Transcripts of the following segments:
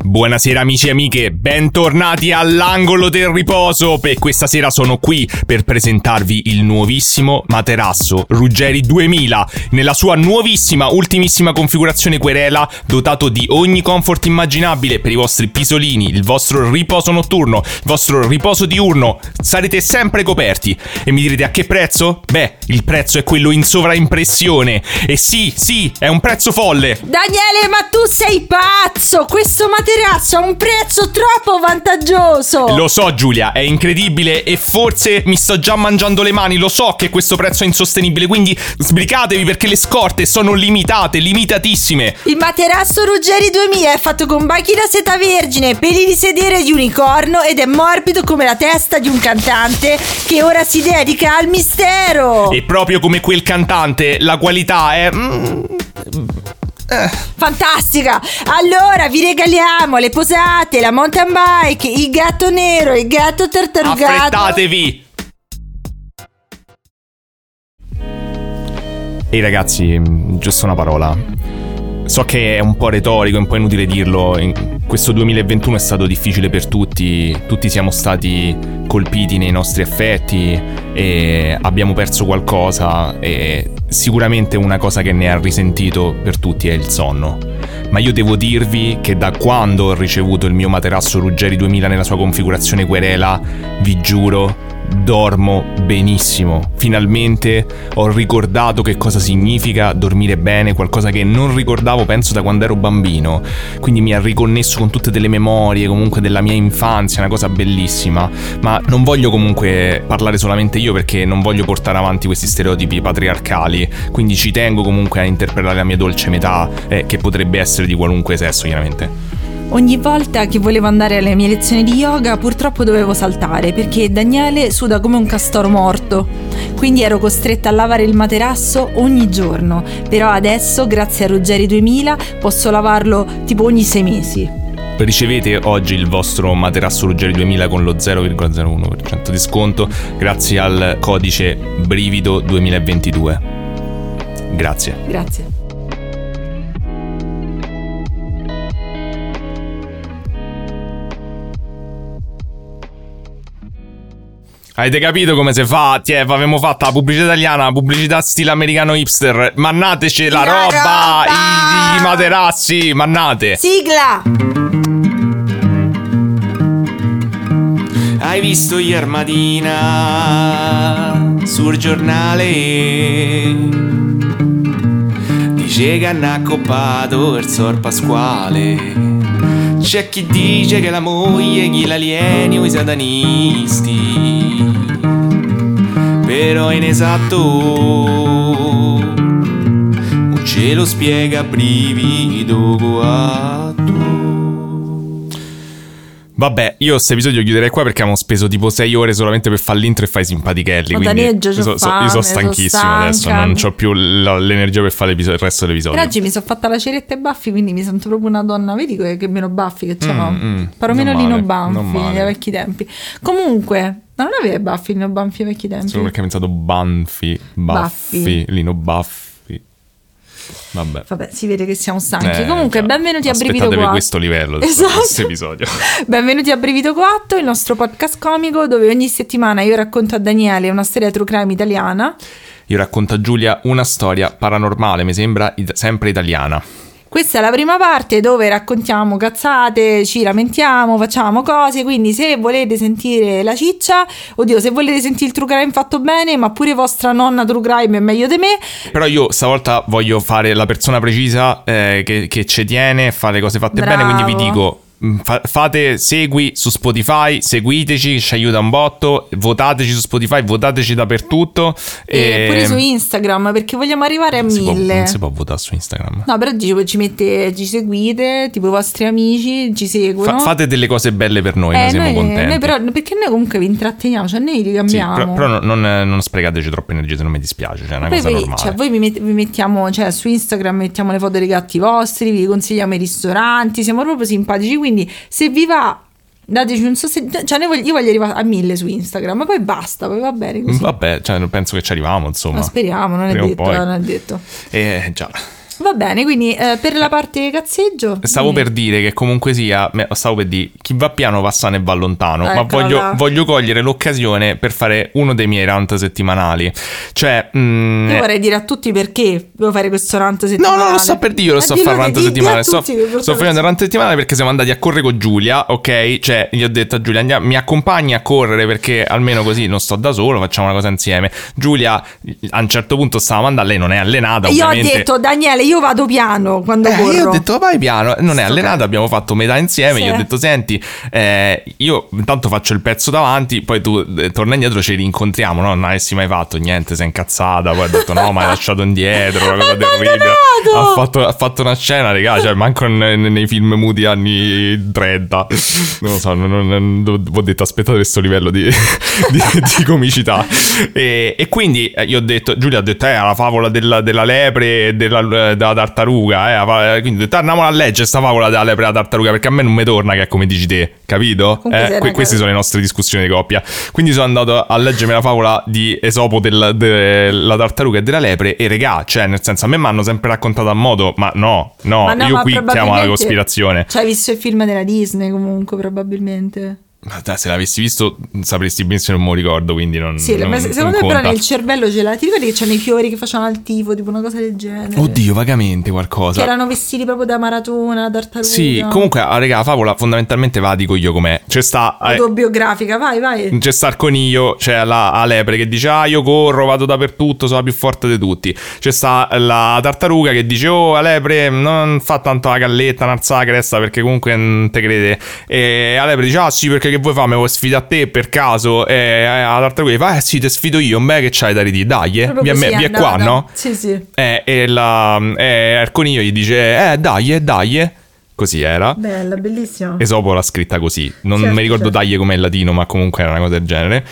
Buonasera amici e amiche, bentornati all'angolo del riposo. Per questa sera sono qui per presentarvi il nuovissimo materasso Ruggeri 2000 nella sua nuovissima, ultimissima configurazione querela, dotato di ogni comfort immaginabile per i vostri pisolini, il vostro riposo notturno, il vostro riposo diurno. Sarete sempre coperti. E mi direte a che prezzo? Beh, il prezzo è quello in sovraimpressione. E sì, è un prezzo folle. Daniele, ma tu sei pazzo! Questo materasso ha un prezzo troppo vantaggioso! Lo so Giulia, è incredibile e forse mi sto già mangiando le mani. Lo so che questo prezzo è insostenibile, quindi sbrigatevi perché le scorte sono limitatissime. Il materasso Ruggeri 2000 è fatto con banchi da seta vergine, peli di sedere di unicorno ed è morbido come la testa di un cantante che ora si dedica al mistero. E proprio come quel cantante, la qualità è... fantastica! Allora vi regaliamo le posate, la mountain bike, il gatto nero, il gatto tartarugato. Affrettatevi! Ehi ragazzi, giusto una parola. So che è un po' retorico, è un po' inutile dirlo. Questo 2021 è stato difficile per tutti. Tutti siamo stati colpiti nei nostri affetti e abbiamo perso qualcosa. E sicuramente una cosa che ne ha risentito per tutti è il sonno. Ma io devo dirvi che da quando ho ricevuto il mio materasso Ruggeri 2000 nella sua configurazione querela, vi giuro, dormo benissimo. Finalmente ho ricordato che cosa significa dormire bene, qualcosa che non ricordavo penso da quando ero bambino. Quindi mi ha riconnesso con tutte delle memorie comunque della mia infanzia, una cosa bellissima. Ma non voglio comunque parlare solamente io, perché non voglio portare avanti questi stereotipi patriarcali. Quindi ci tengo comunque a interpretare la mia dolce metà, che potrebbe essere di qualunque sesso chiaramente. Ogni volta che volevo andare alle mie lezioni di yoga purtroppo dovevo saltare perché Daniele suda come un castoro morto, quindi ero costretta a lavare il materasso ogni giorno. Però adesso, grazie a Ruggeri 2000, posso lavarlo tipo ogni 6 mesi. Ricevete oggi il vostro materasso Ruggeri 2000 con lo 0,01% di sconto grazie al codice Brivido 2022. Grazie. Avete capito come si fa? Avevamo fatto la pubblicità italiana, la pubblicità stile americano hipster. Mannateci la roba. I materassi, mannate. Sigla. Hai visto ieri mattina sul giornale? Dice che hanno accoppato il Sor Pasquale. C'è chi dice che la moglie gli l'alieni o i satanisti, però è inesatto, non ce lo spiega Brivido coatto. Vabbè, io questo episodio lo chiuderei qua perché abbiamo speso tipo 6 ore solamente per fare l'intro e fare i simpatichelli. Quindi io sono stanchissimo adesso, non ho più l'energia per fare il resto dell'episodio. Per oggi mi sono fatta la ceretta e baffi, quindi mi sento proprio una donna. Vedi che meno baffi che c'ho? Però meno Lino Banfi dei vecchi tempi. Comunque, non aveva baffi Lino Banfi ai vecchi tempi? Solo perché ho pensato Baffi, Lino Baffi. Vabbè, si vede che siamo stanchi. Comunque, benvenuti a Brivido Coatto. Questo livello di questo episodio. Benvenuti a Brivido Coatto, il nostro podcast comico dove ogni settimana io racconto a Daniele una storia true crime italiana. Io racconto a Giulia una storia paranormale, mi sembra sempre italiana. Questa è la prima parte dove raccontiamo cazzate, ci lamentiamo, facciamo cose, quindi se volete sentire la ciccia, se volete sentire il true crime fatto bene, ma pure vostra nonna true crime è meglio di me. Però io stavolta voglio fare la persona precisa che ci tiene, fare cose fatte bene, quindi vi dico... Fate segui su Spotify, seguiteci, ci aiuta un botto, votateci su Spotify, votateci dappertutto e pure su Instagram perché vogliamo arrivare a 1000. Non si può votare su Instagram. No, però ci seguite, tipo i vostri amici ci seguono. Fate delle cose belle per noi, noi siamo contenti. Noi però, perché noi comunque vi intratteniamo, cioè noi li cambiamo. Sì, però non sprecateci troppa energia, se non mi dispiace, cioè è una cosa normale. Cioè voi vi mettiamo, cioè su Instagram mettiamo le foto dei gatti vostri, vi consigliamo i ristoranti, siamo proprio simpatici, quindi se vi va dateci un sostegno, cioè io voglio arrivare a 1000 su Instagram, ma poi basta, poi va bene così. Vabbè, cioè penso che ci arriviamo, insomma. Ma speriamo, non è detto. Già. Va bene, quindi per la parte cazzeggio Stavo per dire che comunque sia, stavo per dire, chi va piano va sano e va lontano, ma voglio cogliere l'occasione per fare uno dei miei rant settimanali. Cioè, io vorrei dire a tutti perché devo fare questo rant settimanale. No, non lo so per dire, io lo sto a fare rant settimanale. Sto facendo il rant settimanale perché siamo andati a correre con Giulia, ok? Cioè, gli ho detto a Giulia, mi accompagni a correre perché almeno così non sto da solo, facciamo una cosa insieme. Giulia, a un certo punto stavamo andando, lei non è allenata, ovviamente. Io ho detto, Daniele, io vado piano quando corro. Io ho detto vai piano, non è allenata, abbiamo fatto metà insieme, sì. Io ho detto senti, io intanto faccio il pezzo davanti, poi tu torna indietro, ci rincontriamo, no? Non avessi mai fatto niente, sei incazzata, poi ha detto no, ma hai lasciato indietro, una cosa terribile. Ha fatto una scena, raga, cioè manco nei film muti anni 30, non lo so, ho detto aspettate questo livello di comicità. E quindi io ho detto, Giulia ha detto la favola della lepre e della tartaruga, quindi ho detto andiamo a leggere sta favola della lepre e della tartaruga, perché a me non mi torna che è come dici te, capito? Queste sono le nostre discussioni di coppia. Quindi sono andato a leggermi la favola di Esopo della tartaruga e della lepre, e regà, cioè nel senso, a me mi hanno sempre raccontato a modo, ma no, io qui chiamo alla cospirazione. Cioè hai visto il film della Disney comunque, probabilmente. Ma se l'avessi visto sapresti benissimo, non me lo ricordo, quindi non. Sì, ma secondo me però nel cervello ce l'ha. Ti ricordi che c'erano i fiori che facevano al tifo, tipo una cosa del genere? Oddio, vagamente qualcosa. Che erano vestiti proprio da maratona, da tartaruga. Sì, comunque, raga, la favola fondamentalmente va, dico io com'è. C'è sta autobiografica, vai. C'è sta il coniglio, c'è la lepre che dice io corro, vado dappertutto, sono la più forte di tutti. C'è sta la tartaruga che dice la lepre non fa tanto la galletta, non alza la cresta perché comunque non te crede. E la lepre dice sì, perché che vuoi fare, me vuoi sfidare a te per caso? La tartaruga fa sì, te sfido io, che c'hai da ridire, dai, vieni qua, no? Sì. E il coniglio gli dice dai. Così era. Bella, bellissima. Esopo l'ha scritta così. Non mi ricordo dai come in latino, ma comunque era una cosa del genere.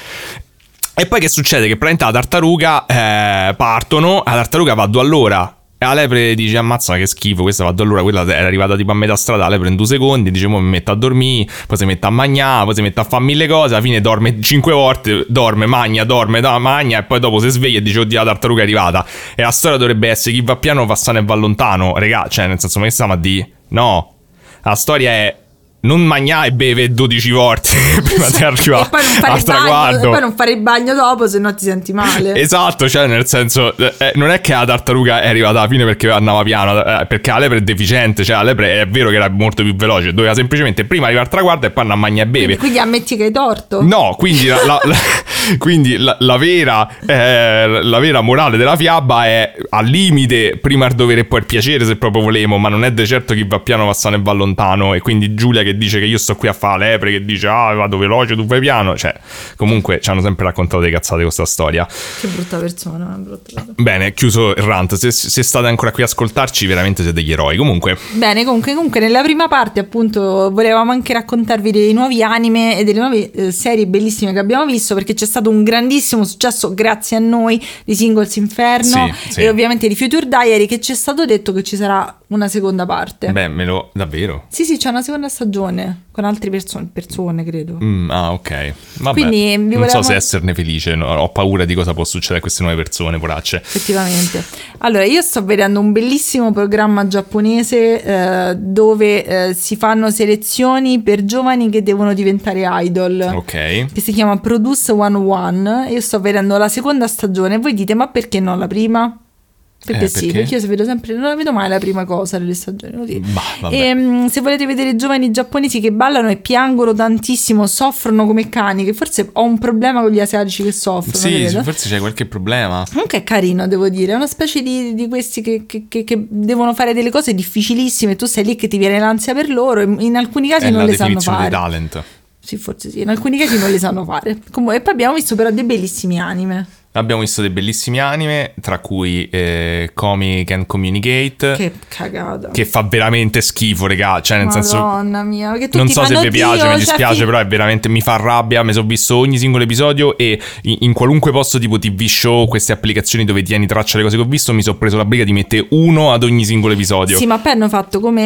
E poi che succede? Che praticamente la tartaruga partono, la tartaruga va a 2 all'ora. E la lepre dice ammazza che schifo, questa va all'ora, quella era arrivata tipo a metà strada, la lepre in 2 secondi, dice mi metto a dormire, poi si mette a mangiare, poi si mette a fare 1000 cose, alla fine dorme 5 volte, magna, e poi dopo si sveglia e dice oddio la tartaruga è arrivata. E la storia dovrebbe essere chi va piano va sano e va lontano, regà, cioè nel senso, ma che stiamo a dire? No, la storia è non mangiare e beve 12 volte prima di arrivare al traguardo. E poi non fare il bagno dopo, se no ti senti male. Esatto, cioè nel senso non è che la tartaruga è arrivata alla fine perché andava piano, perché la lepre è deficiente. Cioè la lepre è vero che era molto più veloce, doveva semplicemente prima arrivare al traguardo e poi andare a mangiare e beve. Quindi ammetti che hai torto? No, quindi quindi la vera morale della fiaba è al limite prima il dovere e poi il piacere, se proprio volemo, ma non è de certo chi va piano va sano e va lontano. E quindi Giulia che dice che io sto qui a fare la lepre, che dice vado veloce, tu vai piano, cioè comunque ci hanno sempre raccontato delle cazzate questa storia. Che brutta persona. Bene, chiuso il rant. Se state ancora qui a ascoltarci, veramente siete degli eroi. Comunque nella prima parte appunto volevamo anche raccontarvi dei nuovi anime e delle nuove serie bellissime che abbiamo visto, perché c'è stato un grandissimo successo grazie a noi di Singles Inferno, sì. E ovviamente di Future Diary, che ci è stato detto che ci sarà una seconda parte. Davvero? Sì, c'è una seconda stagione con altre persone credo. Ok. Vabbè. Quindi non so se esserne felice, no? Ho paura di cosa può succedere a queste nuove persone, poracce. Effettivamente. Allora, io sto vedendo un bellissimo programma giapponese dove si fanno selezioni per giovani che devono diventare idol. Ok. Che si chiama Produce 101. Io sto vedendo la seconda stagione. Voi dite, ma perché non la prima? Perché io se vedo sempre, non la vedo mai la prima cosa delle stagioni. E se volete vedere giovani giapponesi che ballano e piangono tantissimo, soffrono come cani, che forse ho un problema con gli asiatici che soffrono. Sì, forse c'è qualche problema. Comunque è carino, devo dire, è una specie di questi che devono fare delle cose difficilissime, tu sei lì che ti viene l'ansia per loro, e in alcuni casi non le sanno fare. È la definizione di talent. Sì, forse sì, in alcuni casi non le sanno fare. Comunque, e poi abbiamo visto però dei bellissimi anime. Abbiamo visto dei bellissimi anime, tra cui Komi Can Communicate. Che cagata. Che fa veramente schifo, regà. Cioè, nel Madonna mia, che non so se vi piace, mi dispiace, però è veramente, mi fa rabbia. Mi sono visto ogni singolo episodio e in qualunque posto, tipo TV Show, queste applicazioni dove tieni traccia delle cose che ho visto, mi sono preso la briga di mettere uno ad ogni singolo episodio. Sì, ma poi hanno fatto come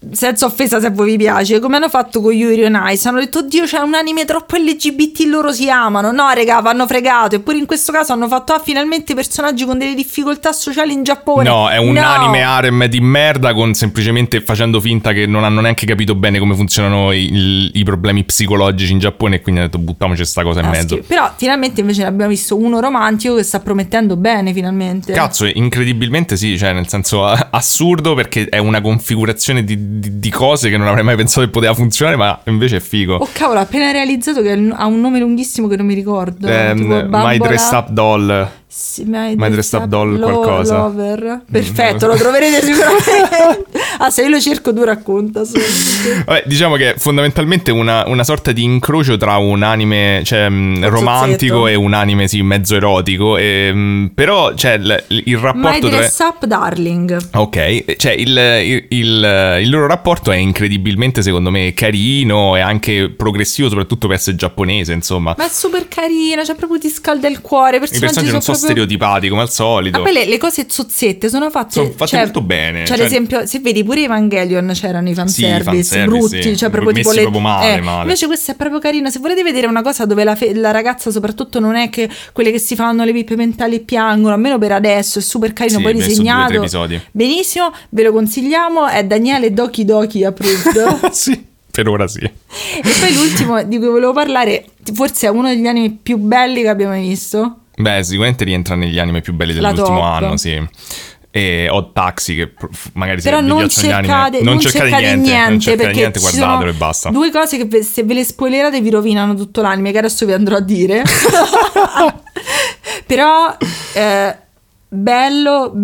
senza offesa se a voi vi piace, come hanno fatto con Yuri on Ice, hanno detto oddio c'è un anime troppo LGBT, loro si amano. No raga, vanno fregato. Eppure in questo caso hanno fatto finalmente personaggi con delle difficoltà sociali in Giappone. No, è un anime harem di merda, con semplicemente facendo finta che non hanno neanche capito bene come funzionano i problemi psicologici in Giappone, e quindi hanno detto buttiamoci sta cosa in mezzo. Però finalmente invece ne abbiamo visto uno romantico che sta promettendo bene finalmente. Cazzo, incredibilmente sì, cioè nel senso assurdo, perché è una configurazione di cose che non avrei mai pensato che poteva funzionare, ma invece è figo. Oh cavolo, ho appena realizzato che ha un nome lunghissimo che non mi ricordo. My Dressed Up Doll. Sì, My Dressed Up Doll qualcosa. Lover. Perfetto, lo troverete sicuramente. Se io lo cerco tu racconta. Vabbè, diciamo che è fondamentalmente una sorta di incrocio tra un anime romantico e un anime mezzo erotico, però cioè il rapporto My Dress Up Darling. Ok, cioè il loro rapporto è incredibilmente secondo me carino e anche progressivo, soprattutto per essere giapponese, insomma. Ma è super carino, cioè proprio ti scalda il cuore. I personaggi non sono stereotipati come al solito. Ma poi le cose zozzette sono fatte molto bene. Cioè, ad esempio, se vedi pure Evangelion c'erano i fanservice brutti, cioè proprio tipo proprio male. Invece questo è proprio carino. Se volete vedere una cosa dove la ragazza soprattutto non è che quelle che si fanno le pippe mentali e piangono, almeno per adesso è super carino, poi disegnato benissimo, ve lo consigliamo, è Daniele Doki Doki approved. Sì, per ora sì. E poi l'ultimo di cui volevo parlare, forse è uno degli anime più belli che abbiamo mai visto. Beh, sicuramente rientra negli anime più belli dell'ultimo anno, sì. E Odd Taxi, che magari però se vi piacciono gli anime, non cercate niente, guardatelo e basta. Due cose che se ve le spoilerate vi rovinano tutto l'anime, che adesso vi andrò a dire. Però bello,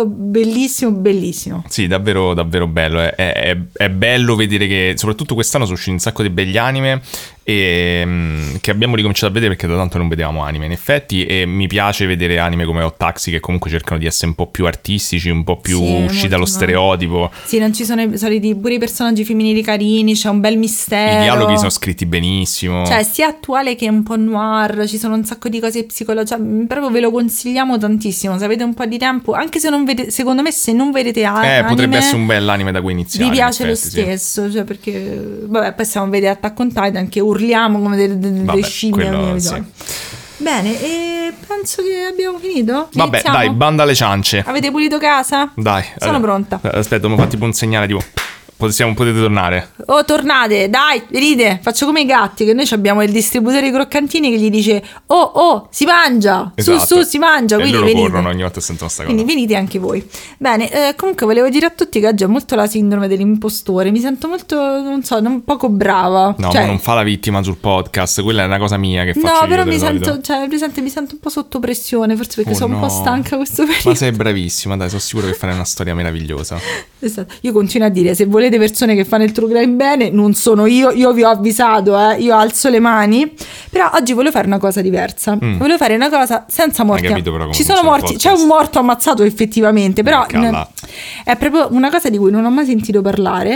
bellissimo. Sì, davvero bello. È bello vedere che soprattutto quest'anno sono usciti un sacco di begli anime e che abbiamo ricominciato a vedere, perché da tanto non vedevamo anime in effetti, e mi piace vedere anime come Odd Taxi che comunque cercano di essere un po' più artistici, un po' più usciti dallo stereotipo. Sì, non ci sono i soliti, pure i personaggi femminili carini, c'è un bel mistero, i dialoghi sono scritti benissimo, cioè sia attuale che un po' noir, ci sono un sacco di cose psicologiche, proprio ve lo consigliamo tantissimo se avete un po' di tempo, anche se non vedete, secondo me se non vedete anime potrebbe essere un bel anime da cui iniziare, vi piace lo stesso, cioè perché vabbè, poi stiamo a vedere Attack on Titan che urliamo come delle scimmie ogni episodio. Bene, e penso che abbiamo finito. Vabbè, iniziamo? Dai, banda alle ciance. Avete pulito casa? Dai, sono pronta. Aspetta, mi fatti un segnale tipo potete tornare. Oh, tornate, dai, venite. Faccio come i gatti, che noi abbiamo il distributore di croccantini che gli dice oh, si mangia, esatto. su, si mangia. Quindi loro venite. Corrono ogni volta che sentono sta cosa. Quindi venite anche voi. Bene, comunque volevo dire a tutti che oggi ho molto la sindrome dell'impostore. Mi sento molto, non so, poco brava. No, ma non fa la vittima sul podcast. Quella è una cosa mia che faccio io. No, però mi sento un po' sotto pressione, forse perché sono un po' stanca questo periodo. Ma sei bravissima, dai, sono sicuro che farai una storia meravigliosa. Esatto. Io continuo a dire, se volete persone che fanno il true crime bene, non sono io vi ho avvisato, io alzo le mani. Però oggi volevo fare una cosa diversa. Volevo fare una cosa senza morti. Ci sono morti, c'è un morto ammazzato effettivamente, però è proprio una cosa di cui non ho mai sentito parlare.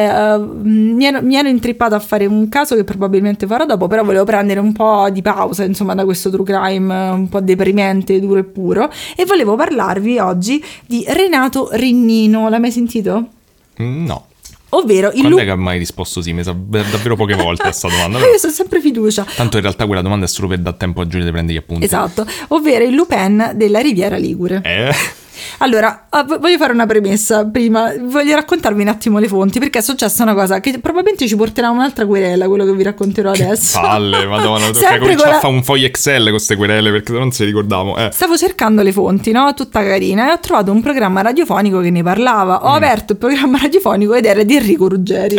Mi ero intrippata a fare un caso che probabilmente farò dopo, però volevo prendere un po' di pausa, insomma, da questo true crime un po' deprimente, duro e puro, e volevo parlarvi oggi di Renato Rinnino. L'hai mai sentito? No. Ovvero quando è che ha mai risposto sì? Mi sa davvero poche volte a questa domanda. Io sono sempre fiducia. Tanto in realtà quella domanda è solo per dare tempo a Giulia di prendere gli appunti. Esatto, ovvero il Lupin della Riviera Ligure. Allora, voglio fare una premessa prima, voglio raccontarvi un attimo le fonti, perché è successa una cosa che probabilmente ci porterà a un'altra querela, quello che vi racconterò adesso. Palle, madonna, tocca cominciare a fare un foglio Excel con queste querele, perché non se le ricordavo. Stavo cercando le fonti, no? Tutta carina, e ho trovato un programma radiofonico che ne parlava. Ho aperto il programma radiofonico ed era di Enrico Ruggeri.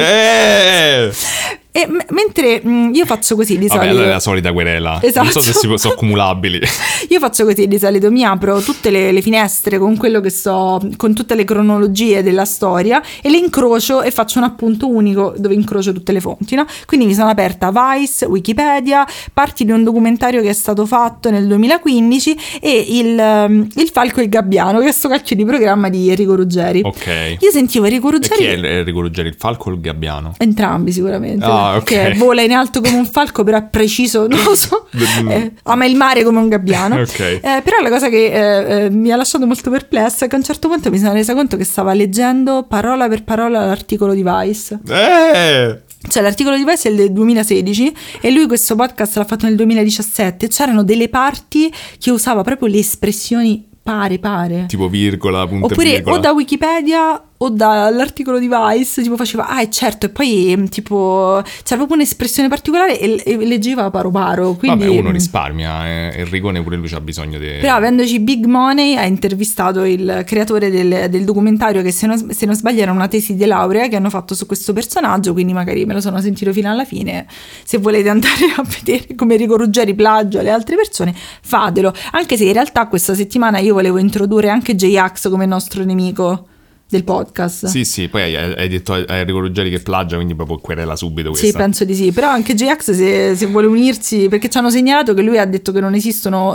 E mentre io faccio così di solito. Vabbè, è la solita querela. Esatto. Non so se sono accumulabili. Io faccio così di solito, mi apro tutte le finestre con quello che con tutte le cronologie della storia e le incrocio e faccio un appunto unico dove incrocio tutte le fonti, no? Quindi mi sono aperta Vice, Wikipedia, parti di un documentario che è stato fatto nel 2015 e il Falco e il Gabbiano, che è sto cacchio di programma di Enrico Ruggeri. Ok. Io sentivo Enrico Ruggeri. E chi è Enrico Ruggeri, il Falco o il Gabbiano? Entrambi sicuramente. che vola in alto come un falco, però è preciso, non lo so, ama il mare come un gabbiano. Però la cosa che mi ha lasciato molto perplessa è che a un certo punto mi sono resa conto che stava leggendo parola per parola l'articolo di Vice. Cioè l'articolo di Vice è del 2016 e lui questo podcast l'ha fatto nel 2017. C'erano delle parti che usava proprio le espressioni pare tipo virgola, punto oppure virgola. O da Wikipedia o dall'articolo di Vice, tipo faceva certo, e poi tipo c'era proprio un'espressione particolare e leggeva paro paro, quindi vabbè, uno risparmia, Enricone pure lui c'ha bisogno di... Però avendoci Big Money ha intervistato il creatore del documentario che se non sbaglio era una tesi di laurea che hanno fatto su questo personaggio, quindi magari me lo sono sentito fino alla fine. Se volete andare a vedere come Enrico Ruggeri plagia le altre persone, fatelo, anche se in realtà questa settimana io volevo introdurre anche J-Ax come nostro nemico del podcast. Sì, poi hai detto a Enrico Ruggeri che plagia, quindi proprio querela subito questa. Sì, penso di sì, però anche J-Ax se vuole unirsi, perché ci hanno segnalato che lui ha detto che non esistono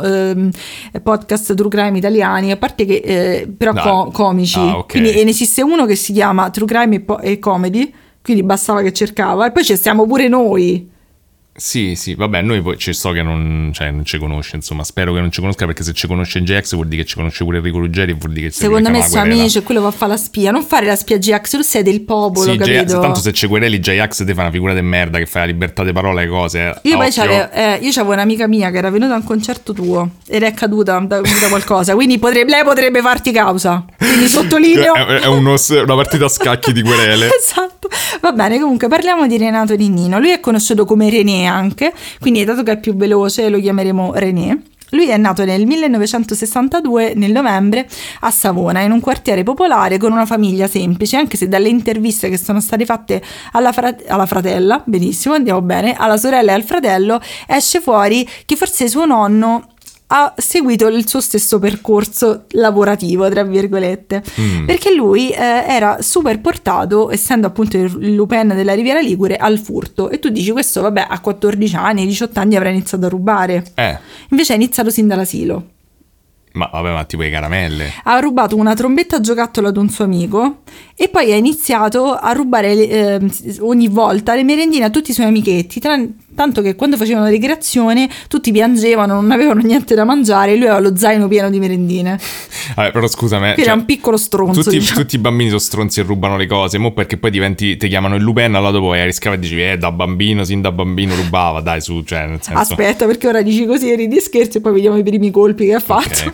podcast true crime italiani, a parte che però comici, ok. Quindi ne esiste uno che si chiama True Crime e Comedy, quindi bastava che cercava, e poi ci stiamo pure noi. Sì, vabbè, noi poi so che non ci conosce, insomma, spero che non ci conosca, perché se ci conosce J-Ax vuol dire che ci conosce pure Enrico Ruggeri, vuol dire che secondo me sono amici e quello va a fare la spia. Non fare la spia J-Ax, tu sei del popolo, sì, capito? Tanto se ci quereli J-Ax te fa una figura di merda, che fai la libertà di parola e cose. Io poi c'avevo un'amica mia che era venuta a un concerto tuo ed è caduta da qualcosa, quindi lei potrebbe farti causa, quindi sottolineo è una partita a scacchi di querele. Esatto. Va bene, comunque parliamo di Renato Ninnino. Lui è conosciuto come René anche, quindi dato che è più veloce lo chiameremo René. Lui è nato nel 1962, nel novembre, a Savona, in un quartiere popolare con una famiglia semplice, anche se dalle interviste che sono state fatte alla fratella, benissimo, andiamo bene, alla sorella e al fratello, esce fuori che forse suo nonno ha seguito il suo stesso percorso lavorativo, tra virgolette, perché lui era super portato, essendo appunto il Lupin della Riviera Ligure, al furto. E tu dici, questo vabbè, a 14 anni, 18 anni avrà iniziato a rubare. Invece ha iniziato sin dall'asilo. Ma tipo le caramelle. Ha rubato una trombetta a giocattolo ad un suo amico e poi ha iniziato a rubare ogni volta le merendine a tutti i suoi amichetti, tanto che quando facevano ricreazione tutti piangevano, non avevano niente da mangiare e lui aveva lo zaino pieno di merendine. Vabbè, però scusami, era un piccolo stronzo, tutti i bambini sono stronzi e rubano le cose, mo perché poi ti chiamano il Lupin, allora dopo rischiava e dici sin da bambino rubava, dai su, cioè nel senso... Aspetta, perché ora dici così e ridi scherzi e poi vediamo i primi colpi che ha fatto. Okay.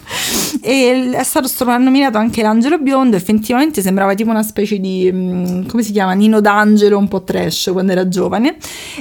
E è stato soprannominato anche l'angelo biondo. Effettivamente sembrava tipo una specie di come si chiama, Nino D'Angelo, un po' trash quando era giovane,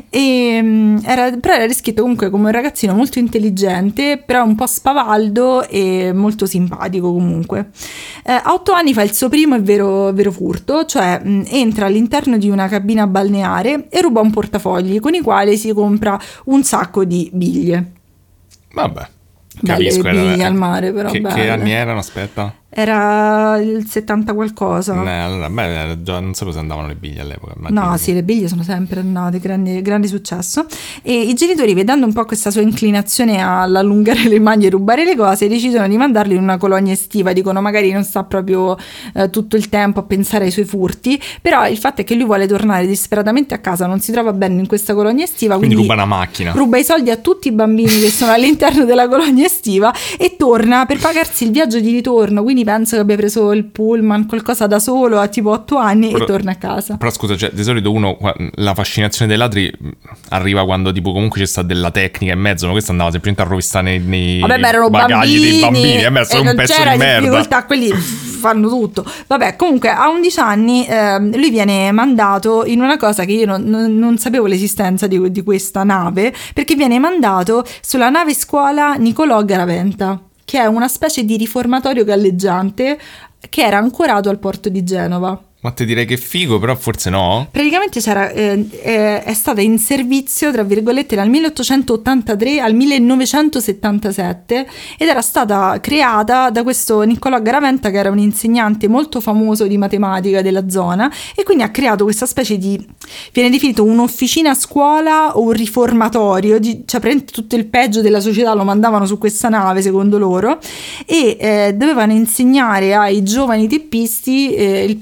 e però era descritto comunque come un ragazzino molto intelligente, però un po' spavaldo e molto simpatico comunque. A 8 anni fa il suo primo e vero furto, cioè entra all'interno di una cabina balneare e ruba un portafogli con i quali si compra un sacco di biglie. Vabbè, capisco. Belle al mare, però che anni erano? Aspetta. Era il 70 qualcosa. Allora, già non sapevo se andavano le biglie all'epoca. No, sì, le biglie sono sempre andate, grande successo. E i genitori, vedendo un po' questa sua inclinazione all'allungare le mani e rubare le cose, decidono di mandarlo in una colonia estiva. Dicono magari non sta proprio tutto il tempo a pensare ai suoi furti, però il fatto è che lui vuole tornare disperatamente a casa, non si trova bene in questa colonia estiva, quindi ruba una macchina, ruba i soldi a tutti i bambini che sono all'interno della colonia estiva e torna per pagarsi il viaggio di ritorno. Quindi penso che abbia preso il pullman, qualcosa da solo, a tipo 8 anni, e torna a casa. Però scusa, cioè, di solito la fascinazione dei ladri arriva quando tipo comunque c'è sta della tecnica in mezzo, ma questo andava semplicemente a rovistare nei bagagli dei bambini. Sono un pezzo di merda. Difficoltà, quelli fanno tutto. Vabbè, comunque a 11 anni lui viene mandato in una cosa che io non sapevo l'esistenza di questa nave, perché viene mandato sulla nave scuola Niccolò Garaventa, che è una specie di riformatorio galleggiante che era ancorato al porto di Genova. Ma te direi che figo, però forse no. Praticamente è stata in servizio, tra virgolette, dal 1883 al 1977 ed era stata creata da questo Niccolò Garaventa, che era un insegnante molto famoso di matematica della zona, e quindi ha creato questa specie di, viene definito un'officina scuola o un riformatorio, cioè praticamente tutto il peggio della società lo mandavano su questa nave, secondo loro, e dovevano insegnare ai giovani teppisti il piacere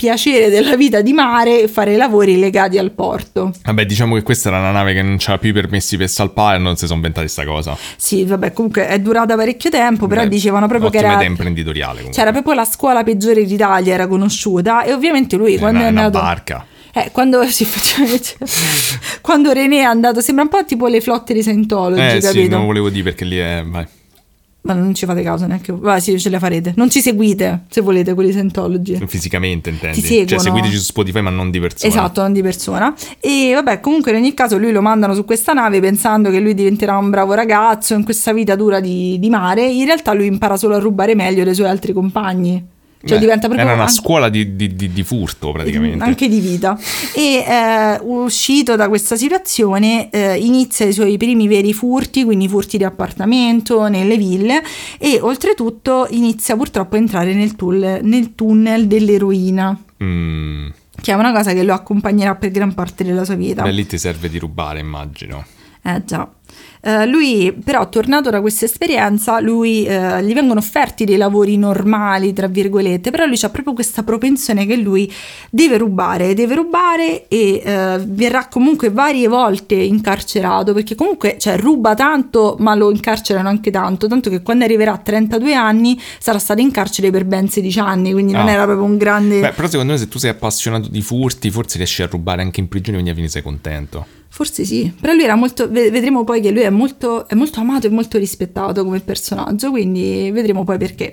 godere della vita di mare e fare lavori legati al porto. Vabbè, diciamo che questa era una nave che non c'aveva più i permessi per salpare e non si sono inventati sta cosa. Sì, vabbè, comunque è durata parecchio tempo, però dicevano proprio che era idea imprenditoriale comunque. Cioè, era proprio la scuola peggiore d'Italia, era conosciuta, e ovviamente lui quando è andato... Una barca. Quando sì, effettivamente quando René è andato, sembra un po' tipo le flotte di Scientology, capito? Sì, non lo volevo dire perché lì è... Vai. Ma non ci fate caso neanche voi. Va, sì, ce la farete. Non ci seguite, se volete, quelli di Scientology. Fisicamente, intendi? Ti seguono. Cioè, seguiteci su Spotify, ma non di persona. Esatto, non di persona. E vabbè, comunque in ogni caso lui lo mandano su questa nave pensando che lui diventerà un bravo ragazzo in questa vita dura di mare. In realtà lui impara solo a rubare meglio dei suoi altri compagni. Cioè diventa proprio era una scuola di furto praticamente, anche di vita. E uscito da questa situazione inizia i suoi primi veri furti, quindi furti di appartamento nelle ville, e oltretutto inizia purtroppo a entrare nel tunnel dell'eroina, che è una cosa che lo accompagnerà per gran parte della sua vita. Beh, lì ti serve di rubare, immagino. Già. Lui però, tornato da questa esperienza, gli vengono offerti dei lavori normali tra virgolette, però lui c'ha proprio questa propensione che lui deve rubare e verrà comunque varie volte incarcerato, perché comunque ruba tanto ma lo incarcerano anche tanto che quando arriverà a 32 anni sarà stato in carcere per ben 16 anni, quindi non era proprio un grande... Beh, però secondo me se tu sei appassionato di furti forse riesci a rubare anche in prigione, quindi alla fine sei contento. Forse sì, però lui era molto, vedremo poi che lui è molto amato e molto rispettato come personaggio, quindi vedremo poi perché.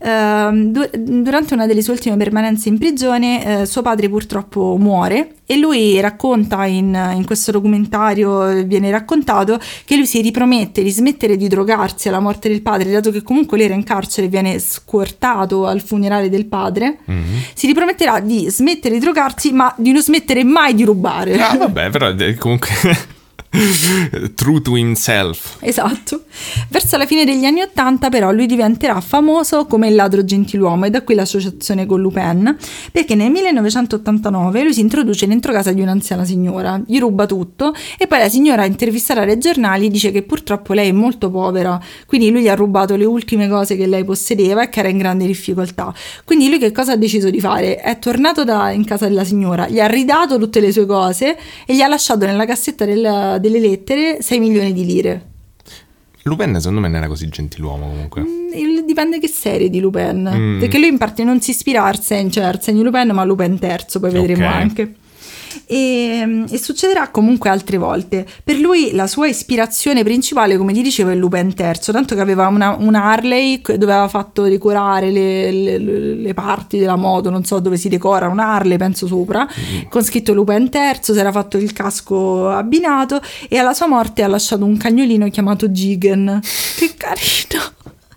Durante una delle sue ultime permanenze in prigione suo padre purtroppo muore, e lui racconta in questo documentario, viene raccontato che lui si ripromette di smettere di drogarsi alla morte del padre, dato che comunque lui era in carcere e viene scortato al funerale del padre. Si riprometterà di smettere di drogarsi, ma di non smettere mai di rubare. Ah, vabbè, però comunque true to himself. Esatto. Verso la fine degli anni '80 però lui diventerà famoso come il ladro gentiluomo, e da qui l'associazione con Lupin, perché nel 1989 lui si introduce dentro casa di un'anziana signora, gli ruba tutto, e poi la signora, intervistata dai giornali, dice che purtroppo lei è molto povera, quindi lui gli ha rubato le ultime cose che lei possedeva e che era in grande difficoltà. Quindi lui che cosa ha deciso di fare? È tornato in casa della signora, gli ha ridato tutte le sue cose e gli ha lasciato nella cassetta delle lettere 6 milioni di lire. Lupin secondo me non era così gentiluomo comunque. Dipende che serie di Lupin, perché lui in parte non si ispira a Arsène Lupin, ma a Lupin III, poi vedremo anche. E succederà comunque altre volte. Per lui la sua ispirazione principale, come ti dicevo, è Lupin III, tanto che aveva una Harley dove aveva fatto decorare le parti della moto, non so dove si decora una Harley, penso sopra, con scritto Lupin III, si era fatto il casco abbinato, e alla sua morte ha lasciato un cagnolino chiamato Jigen. Che carino!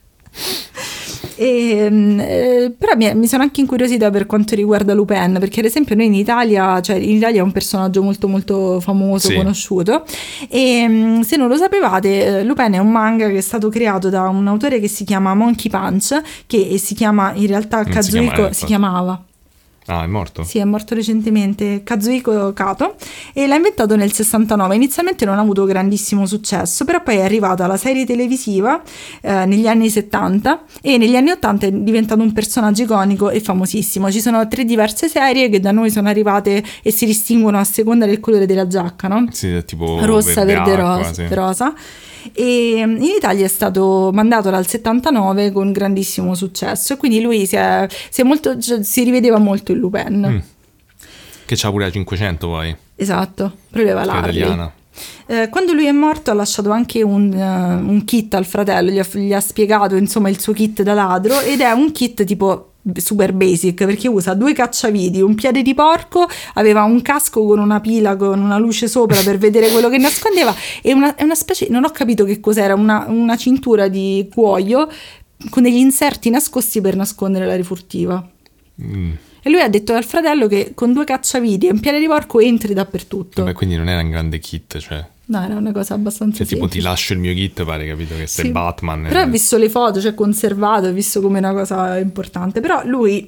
Però mi sono anche incuriosita per quanto riguarda Lupin, perché ad esempio noi in Italia è un personaggio molto molto famoso, sì, conosciuto, e se non lo sapevate, Lupin è un manga che è stato creato da un autore che si chiama Monkey Punch, che si chiama in realtà Kazuhiko, si chiamava. Ah, è morto? Sì, è morto recentemente, Kazuhiko Kato, e l'ha inventato nel 69. Inizialmente non ha avuto grandissimo successo, però poi è arrivata la serie televisiva negli anni 70, e negli anni 80 è diventato un personaggio iconico e famosissimo. Ci sono 3 diverse serie che da noi sono arrivate e si distinguono a seconda del colore della giacca, no? Sì, tipo rossa, verde, rosa, sì, rosa. E in Italia è stato mandato dal 79 con grandissimo successo, e quindi lui si rivedeva molto in Lupin, che c'ha pure la 500 poi. Esatto, prendeva l'Harley. Italiana. Quando lui è morto ha lasciato anche un kit al fratello, gli ha spiegato insomma il suo kit da ladro, ed è un kit tipo super basic, perché usa 2 cacciaviti, un piede di porco, aveva un casco con una pila con una luce sopra per vedere quello che nascondeva, e una specie, non ho capito che cos'era, una cintura di cuoio con degli inserti nascosti per nascondere la refurtiva. E lui ha detto al fratello che con 2 cacciaviti e un piede di porco entri dappertutto. Vabbè, quindi non era un grande kit, cioè. No, era una cosa abbastanza tipo ti lascio il mio kit, pare, capito, che sei Batman. Però ho visto le foto, conservato, ho visto come una cosa importante. Però lui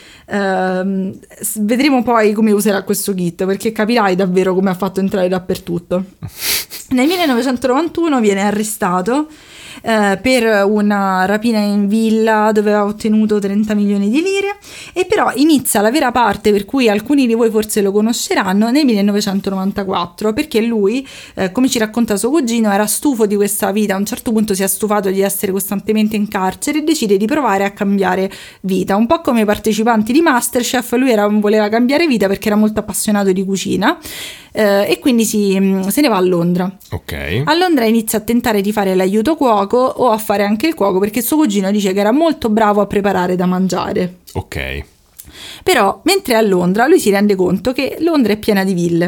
vedremo poi come userà questo kit, perché capirai davvero come ha fatto entrare dappertutto. Nel 1991 viene arrestato per una rapina in villa dove aveva ottenuto 30 milioni di lire, e però inizia la vera parte per cui alcuni di voi forse lo conosceranno nel 1994, perché lui, come ci racconta suo cugino, era stufo di questa vita. A un certo punto si è stufato di essere costantemente in carcere e decide di provare a cambiare vita, un po' come i partecipanti di MasterChef. Lui voleva cambiare vita perché era molto appassionato di cucina, e quindi se ne va a Londra. Ok. A Londra inizia a tentare di fare l'aiuto cuoco o a fare anche il cuoco, perché suo cugino dice che era molto bravo a preparare da mangiare. Ok. Però mentre è a Londra lui si rende conto che Londra è piena di ville.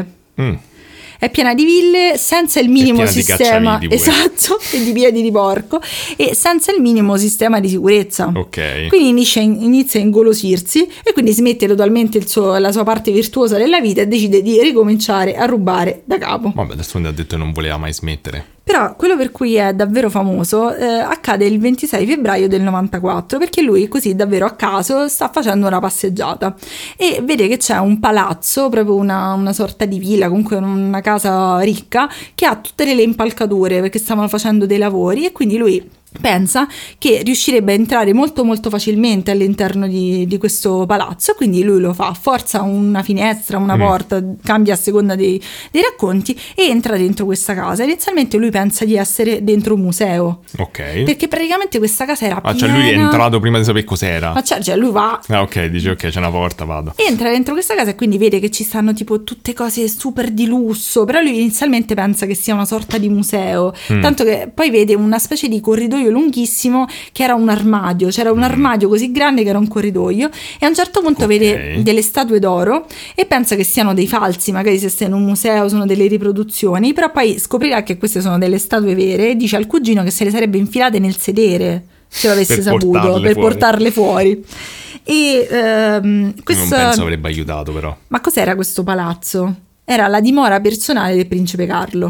È piena di ville senza il minimo sistema, esatto, e di piedi di porco, e senza il minimo sistema di sicurezza. Ok. Quindi inizia a ingolosirsi e quindi smette totalmente la sua parte virtuosa della vita e decide di ricominciare a rubare da capo. Vabbè, adesso ha detto che non voleva mai smettere. Però quello per cui è davvero famoso accade il 26 febbraio del 94, perché lui così davvero a caso sta facendo una passeggiata e vede che c'è un palazzo, proprio una sorta di villa, comunque una casa ricca, che ha tutte le impalcature perché stavano facendo dei lavori, e quindi lui pensa che riuscirebbe a entrare molto molto facilmente all'interno di questo palazzo, quindi lui lo fa, forza una finestra, una porta, cambia a seconda dei racconti e entra dentro questa casa. Inizialmente lui pensa di essere dentro un museo, ok, perché praticamente questa casa era piena. Cioè lui è entrato prima di sapere cos'era. Ma cioè lui va, ok, dice ok, c'è una porta, vado. Entra dentro questa casa e quindi vede che ci stanno tipo tutte cose super di lusso, però lui inizialmente pensa che sia una sorta di museo, tanto che poi vede una specie di corridoio lunghissimo che era un armadio, c'era un armadio così grande che era un corridoio, e a un certo punto vede delle statue d'oro e pensa che siano dei falsi, magari se sei in un museo sono delle riproduzioni, però poi scoprirà che queste sono delle statue vere e dice al cugino che se le sarebbe infilate nel sedere se lo avesse saputo, per portarle fuori. E questo non penso avrebbe aiutato, però. Ma cos'era questo palazzo? Era la dimora personale del principe Carlo.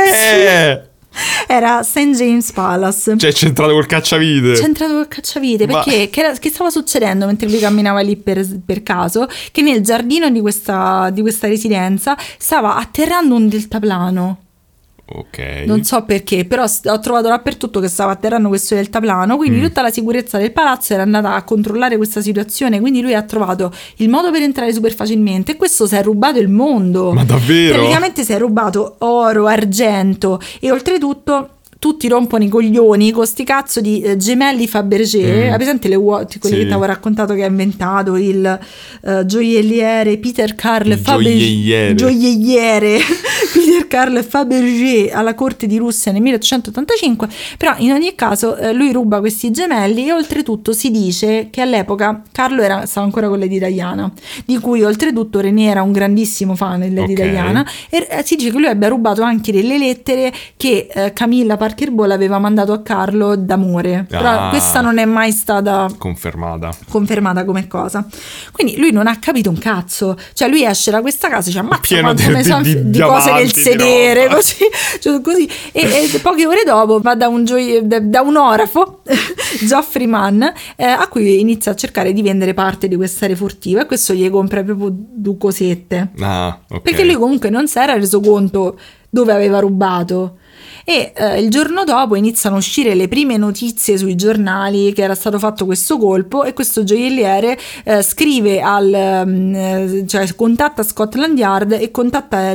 Era St. James Palace. Cioè c'entrato col cacciavite. Perché che stava succedendo mentre lui camminava lì per caso? Che nel giardino di questa residenza stava atterrando un deltaplano. Ok. Non so perché, però ho trovato dappertutto che stava atterrando questo deltaplano, quindi tutta la sicurezza del palazzo era andata a controllare questa situazione, quindi lui ha trovato il modo per entrare super facilmente, e questo si è rubato il mondo. Ma davvero? Praticamente si è rubato oro, argento, e oltretutto tutti rompono i coglioni con sti cazzo di gemelli Fabergé. Hai presente quelle che ti avevo raccontato che ha inventato il gioielliere Peter Carl Gioielliere Peter Carl Fabergé alla corte di Russia nel 1885. Però in ogni caso lui ruba questi gemelli, e oltretutto si dice che all'epoca Carlo stava ancora con Lady Diana, di cui oltretutto René era un grandissimo fan di Lady Diana, e si dice che lui abbia rubato anche delle lettere che Camilla Parker Bowles aveva mandato a Carlo d'amore, però questa non è mai stata confermata come cosa. Quindi lui non ha capito un cazzo, cioè lui esce da questa casa e dice ammazza quanto ne so di cose nel sedere, così. E poche ore dopo va da un orafo Geoffrey Mann, a cui inizia a cercare di vendere parte di questa refurtiva, e questo gli compra proprio due cosette, perché lui comunque non si era reso conto dove aveva rubato. E il giorno dopo iniziano a uscire le prime notizie sui giornali che era stato fatto questo colpo, e questo gioielliere scrive cioè contatta Scotland Yard e contatta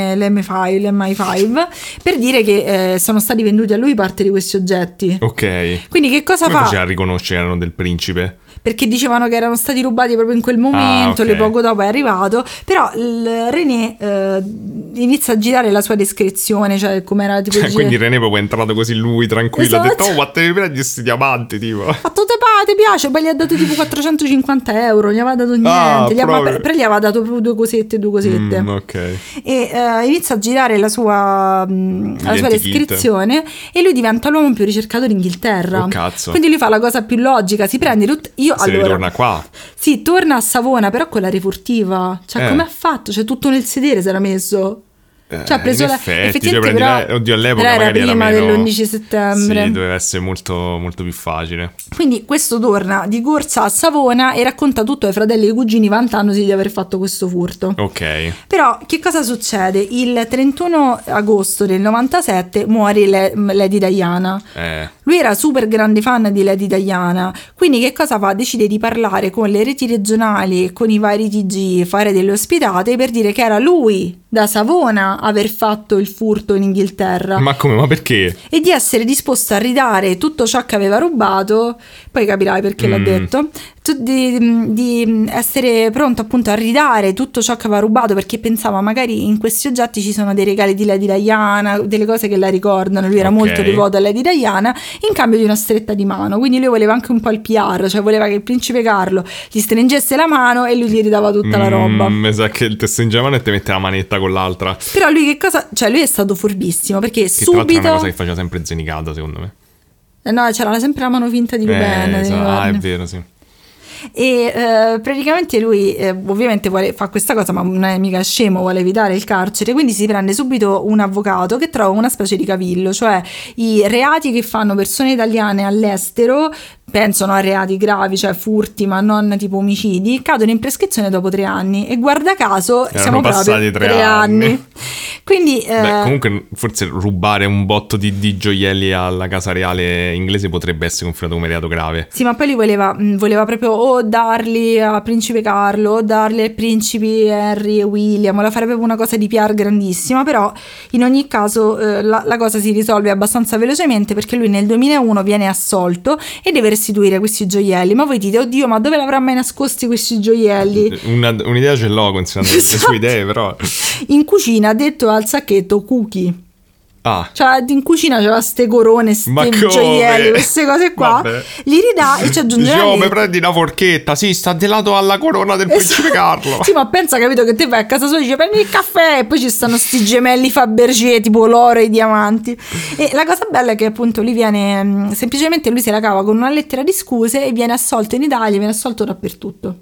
l'MI5 per dire che sono stati venduti a lui parte di questi oggetti. Ok. Quindi che cosa fa? Come faceva a riconoscere erano del principe? Perché dicevano che erano stati rubati proprio in quel momento, poco dopo è arrivato, però René inizia a girare la sua descrizione, cioè come era tipo quindi René proprio è entrato così lui tranquillo, ha detto ma te ne prendi questi diamanti, tipo a tutte ti piace, poi gli ha dato tipo 450 euro, non gli aveva dato niente, però gli aveva dato proprio due cosette. E inizia a girare la sua descrizione, e lui diventa l'uomo più ricercato d'Inghilterra. Quindi lui fa la cosa più logica, si prende ritorna qua. Sì, torna a Savona, però con la refurtiva. Cioè, come ha fatto? Cioè, tutto nel sedere si era messo. Cioè ha preso effettivamente però, oddio, all'epoca era magari prima era meno, dell'11 settembre. Sì, doveva essere molto, molto più facile. Quindi questo torna di corsa a Savona e racconta tutto ai fratelli e ai cugini, vantandosi di aver fatto questo furto. Ok. Però che cosa succede? Il 31 agosto del 97 muore Lady Diana. Lui era super grande fan di Lady Diana, quindi che cosa fa? Decide di parlare con le reti regionali e con i vari TG, fare delle ospitate per dire che era lui da Savona aver fatto il furto in Inghilterra. Ma come? Ma perché? E di essere disposto a ridare tutto ciò che aveva rubato, poi capirai perché l'ha detto, di essere pronto appunto a ridare tutto ciò che aveva rubato, perché pensava magari in questi oggetti ci sono dei regali di Lady Diana, delle cose che la ricordano, lui era molto devoto a Lady Diana, in cambio di una stretta di mano. Quindi lui voleva anche un po' il PR, cioè voleva che il principe Carlo gli stringesse la mano e lui gli ridava tutta la roba. Mi sa che te stringe la mano e te mette la manetta con l'altra. Però lui che cosa, cioè lui è stato furbissimo, perché che subito, tra l'altro è una cosa che faceva sempre Zenicata, secondo me. No, c'era sempre la mano finta di Lupin. È vero, sì. E praticamente lui ovviamente fa questa cosa, ma non è mica scemo, vuole evitare il carcere, quindi si prende subito un avvocato che trova una specie di cavillo, cioè i reati che fanno persone italiane all'estero, pensano a reati gravi, cioè furti, ma non tipo omicidi, cadono in prescrizione dopo 3 anni, e guarda caso siamo passati proprio 3 anni. Quindi comunque forse rubare un botto di gioielli alla casa reale inglese potrebbe essere considerato come reato grave. Sì, ma poi lui voleva proprio o darli a principe Carlo o darli ai principi Harry e William, voleva fare proprio una cosa di PR grandissima. Però in ogni caso la cosa si risolve abbastanza velocemente, perché lui nel 2001 viene assolto e deve restituire questi gioielli. Ma voi dite, oddio, ma dove l'avrà mai nascosti questi gioielli? Un'idea ce l'ho, considerando le sue idee, però in cucina ha detto al sacchetto cookie. Cioè in cucina c'era ste corone, ste gioielli, queste cose qua. Vabbè. Li ridà e ci aggiunge mi prendi una forchetta, sì, sta di lato alla corona del principe Carlo. Sì, ma pensa, capito, che te vai a casa sua e dici prendi il caffè, e poi ci stanno sti gemelli Fabergé tipo l'oro e i diamanti. E la cosa bella è che appunto lui viene semplicemente, lui se la cava con una lettera di scuse e viene assolto in Italia, viene assolto dappertutto.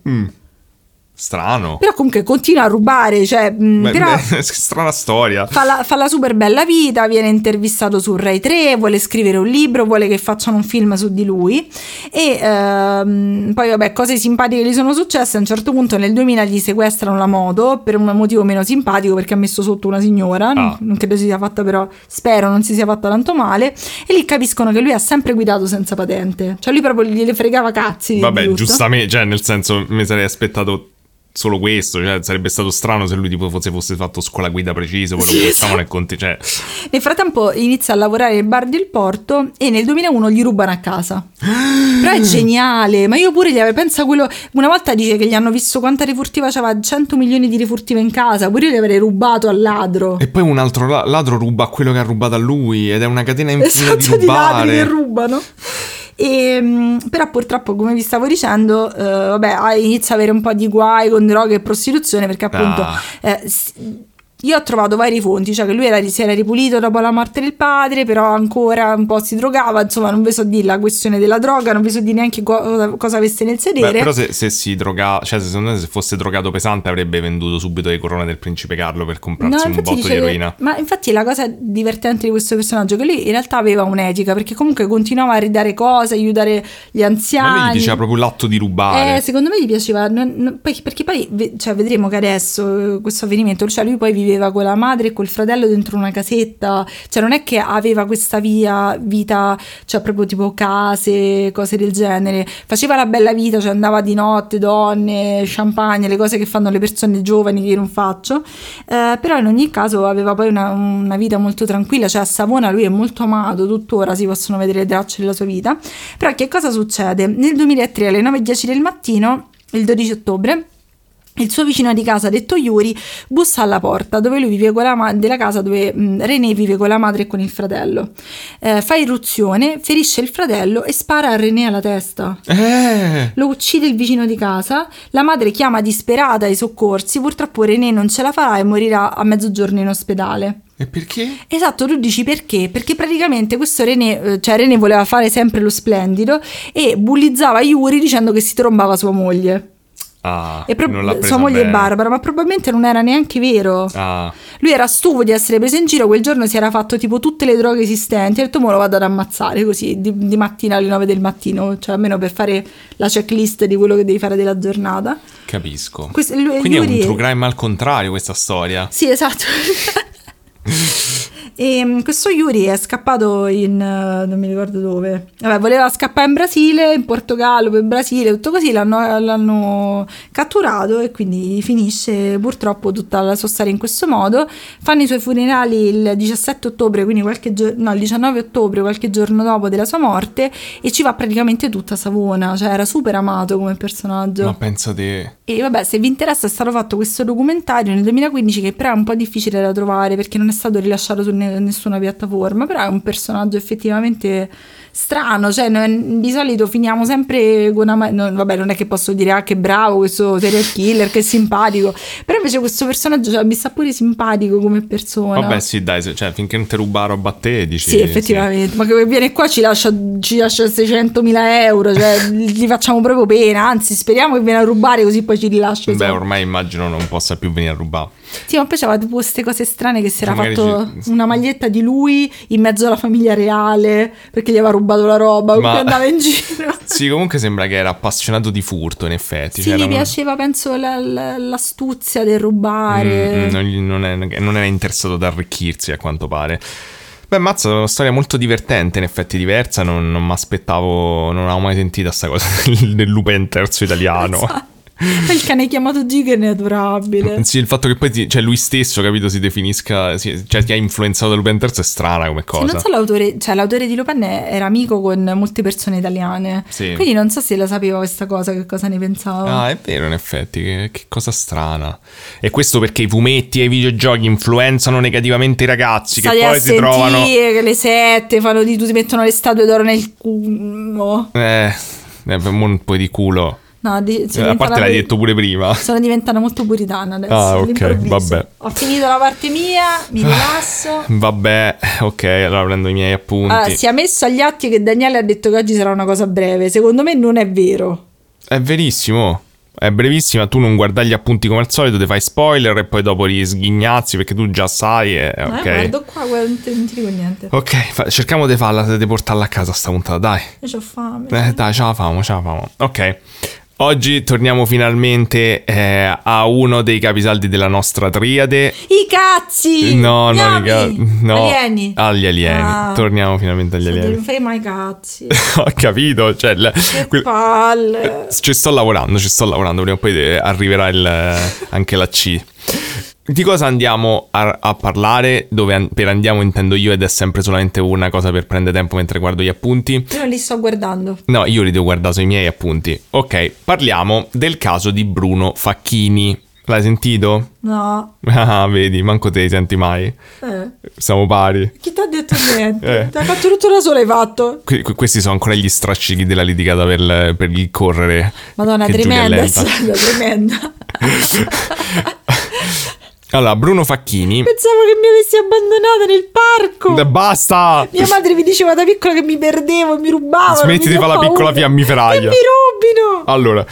Strano. Però comunque continua a rubare, cioè però strana storia. Fa la super bella vita, viene intervistato su Rai 3, vuole scrivere un libro, vuole che facciano un film su di lui. E poi vabbè, cose simpatiche gli sono successe. A un certo punto nel 2000 gli sequestrano la moto per un motivo meno simpatico, perché ha messo sotto una signora. Non credo si sia fatta, però spero non si sia fatta tanto male. E lì capiscono che lui ha sempre guidato senza patente, cioè lui proprio gliele fregava cazzi. Vabbè, giustamente, cioè nel senso, mi sarei aspettato solo questo, cioè sarebbe stato strano se lui tipo fosse fatto scuola guida preciso, quello che stavano nel conti, cioè. Nel frattempo inizia a lavorare nel bar del porto e nel 2001 gli rubano a casa. Però è geniale, ma io pure pensa quello, una volta dice che gli hanno visto quanta rifurtiva, c'aveva 100 milioni di rifurtive in casa, pure io gli avrei rubato al ladro. E poi un altro ladro ruba quello che ha rubato a lui, ed è una catena infinita di rubare. Di ladri che rubano. Però purtroppo, come vi stavo dicendo, inizia a avere un po' di guai con droghe e prostituzione, perché appunto io ho trovato vari fonti, cioè che lui si era ripulito dopo la morte del padre, però ancora un po' si drogava, insomma non vi so dire la questione della droga, non vi so dire neanche cosa avesse nel sedere. Però se si drogava, cioè secondo me se fosse drogato pesante avrebbe venduto subito le corone del principe Carlo per comprarsi un botto di eroina. Ma infatti la cosa divertente di questo personaggio è che lui in realtà aveva un'etica, perché comunque continuava a ridare cose, aiutare gli anziani. Ma lui diceva proprio l'atto di rubare. Secondo me gli piaceva, perché poi cioè, vedremo che adesso questo avvenimento, cioè lui poi viveva con la madre e col fratello dentro una casetta, cioè non è che aveva questa vita, cioè proprio tipo case, cose del genere, faceva la bella vita, cioè andava di notte, donne, champagne, le cose che fanno le persone giovani che io non faccio, però in ogni caso aveva poi una vita molto tranquilla, cioè a Savona lui è molto amato, tuttora si possono vedere le tracce della sua vita. Però che cosa succede? Nel 2003 alle 9:10 del mattino, il 12 ottobre, il suo vicino di casa, detto Yuri, bussa alla porta dove lui vive con della casa dove René vive con la madre e con il fratello. Fa irruzione, ferisce il fratello e spara a René alla testa. Lo uccide il vicino di casa. La madre chiama disperata i soccorsi. Purtroppo René non ce la farà e morirà a mezzogiorno in ospedale. E perché? Esatto, tu dici perché? Perché praticamente questo René voleva fare sempre lo splendido e bullizzava Yuri dicendo che si trombava sua moglie. e non l'ha presa sua moglie bene. Barbara, ma probabilmente non era neanche vero. Lui era stufo di essere preso in giro, quel giorno si era fatto tipo tutte le droghe esistenti, ha detto mo lo vado ad ammazzare così di mattina alle 9 del mattino, cioè almeno per fare la checklist di quello che devi fare della giornata. Capisco. Yuri Quindi è un true crime al contrario questa storia. Sì, esatto. E questo Yuri è scappato non mi ricordo dove. Vabbè, voleva scappare in Brasile, in Portogallo, in Brasile, tutto così, l'hanno catturato e quindi finisce purtroppo tutta la sua storia in questo modo. Fanno i suoi funerali il 17 ottobre, quindi il 19 ottobre, qualche giorno dopo della sua morte, e ci va praticamente tutta Savona, cioè era super amato come personaggio. Ma pensa te. E vabbè, se vi interessa, è stato fatto questo documentario nel 2015 che però è un po' difficile da trovare perché non è stato rilasciato su nessuna piattaforma, però è un personaggio effettivamente strano, cioè di solito finiamo sempre con vabbè, non è che posso dire che bravo questo serial killer, che simpatico, però invece questo personaggio, cioè, mi sta pure simpatico come persona. Vabbè sì, dai, cioè finché non ti ruba roba a te, dici. Sì, effettivamente, sì. Ma che viene qua ci lascia 600.000 euro, cioè gli facciamo proprio pena, anzi speriamo che viene a rubare così poi ci rilascia. Beh, ormai immagino non possa più venire a rubare. Sì, ma poi c'aveva tipo queste cose strane, che si era fatto una maglietta di lui in mezzo alla famiglia reale perché gli aveva rubato la roba, comunque andava in giro. Sì, comunque sembra che era appassionato di furto, in effetti. Sì, gli piaceva, penso, l'astuzia del rubare. Non era interessato ad arricchirsi, a quanto pare. Beh, mazza, è una storia molto divertente, in effetti diversa, non mi aspettavo, non avevo mai sentito sta cosa del Lupin terzo italiano. Esatto. Il cane chiamato Gigan è adorabile. Sì, il fatto che poi lui stesso, capito, si definisca, cioè ti ha influenzato da Lupin III è strana come cosa. Sì, non so, l'autore di Lupin era amico con molte persone italiane, sì. Quindi non so se la sapeva questa cosa, che cosa ne pensava. Ah, è vero, in effetti, che cosa strana. E questo perché i fumetti e i videogiochi influenzano negativamente i ragazzi, che poi si trovano che le sette fanno di tutto, si mettono le statue d'oro nel culo. Un po' di culo. No, a parte l'hai detto pure prima. Sono diventata molto puritana adesso. Ah, ok, vabbè. Ho finito la parte mia, mi rilasso. Vabbè, ok, allora prendo i miei appunti. Si è messo agli atti che Daniele ha detto che oggi sarà una cosa breve. Secondo me non è vero. È verissimo. È brevissima, tu non guardai gli appunti come al solito, ti fai spoiler e poi dopo li sghignazzi perché tu già sai ok. Guardo qua, non ti dico niente. Ok, cerchiamo di farla, di portarla a casa sta puntata, dai. Io c'ho fame. Dai, ce la famo. Ok. Oggi torniamo finalmente a uno dei capisaldi della nostra triade. I cazzi! No. Alieni. Agli alieni. Torniamo finalmente agli alieni. Non fai mai cazzi. Ho capito, cioè che palle. Ci sto lavorando, prima o poi arriverà anche la C. Di cosa andiamo a parlare? Per andiamo intendo io, ed è sempre solamente una cosa per prendere tempo mentre guardo gli appunti. Io non li sto guardando. No, io li devo guardare sui miei appunti. Ok, parliamo del caso di Bruno Facchini. L'hai sentito? No. Ah, vedi, manco te li senti mai. Siamo pari. Chi ti ha detto niente? Ti hai fatto tutto da solo, hai fatto. Questi sono ancora gli strascichi della litigata per il correre. Madonna, tremenda, tremenda. Allora, Bruno Facchini. Pensavo che mi avessi abbandonata nel parco. Basta! Mia madre mi diceva da piccola che mi perdevo e mi rubavo. Smetti di fare la piccola fiammiferaia. Che mi rubino. Allora,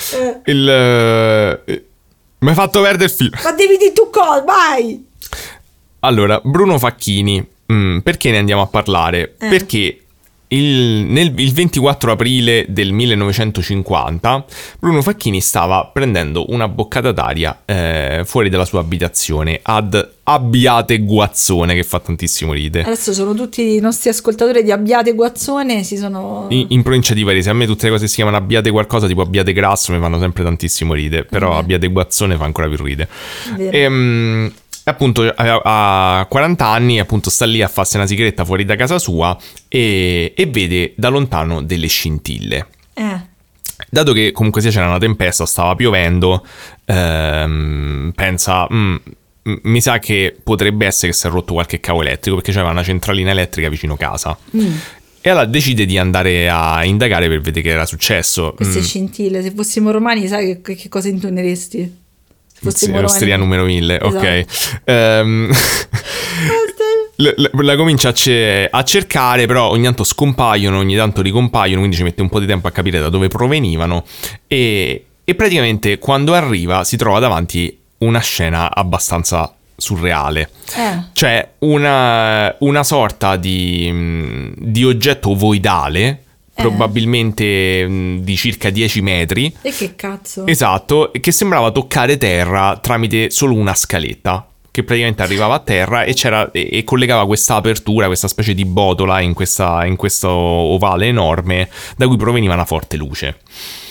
mi hai fatto perdere il filo. Ma devi dire tu cosa, vai. Allora, Bruno Facchini. Perché ne andiamo a parlare? Perché il 24 aprile del 1950 Bruno Facchini stava prendendo una boccata d'aria fuori dalla sua abitazione ad Abbiate Guazzone, che fa tantissimo ridere. Adesso sono tutti i nostri ascoltatori di Abbiate Guazzone, si sono in provincia di Varese. A me tutte le cose che si chiamano Abbiate qualcosa, tipo Abbiate Grasso, mi fanno sempre tantissimo ridere, però Abbiate Guazzone fa ancora più ridere. Appunto a 40 anni appunto sta lì a farsi una sigaretta fuori da casa sua e vede da lontano delle scintille. Dato che comunque sia c'era una tempesta, stava piovendo, pensa mi sa che potrebbe essere che si è rotto qualche cavo elettrico, perché c'era una centralina elettrica vicino casa. E allora decide di andare a indagare per vedere che era successo. Queste scintille, se fossimo romani sai che cosa intoneresti? Osteria numero 1000, esatto. Ok. La comincia a cercare, però ogni tanto scompaiono, ogni tanto ricompaiono, quindi ci mette un po' di tempo a capire da dove provenivano e E praticamente quando arriva si trova davanti una scena abbastanza surreale. Cioè una sorta di oggetto ovoidale, probabilmente di circa 10 metri. E che cazzo? Esatto, che sembrava toccare terra tramite solo una scaletta, che praticamente arrivava a terra e collegava questa apertura, questa specie di botola in questo ovale enorme da cui proveniva una forte luce.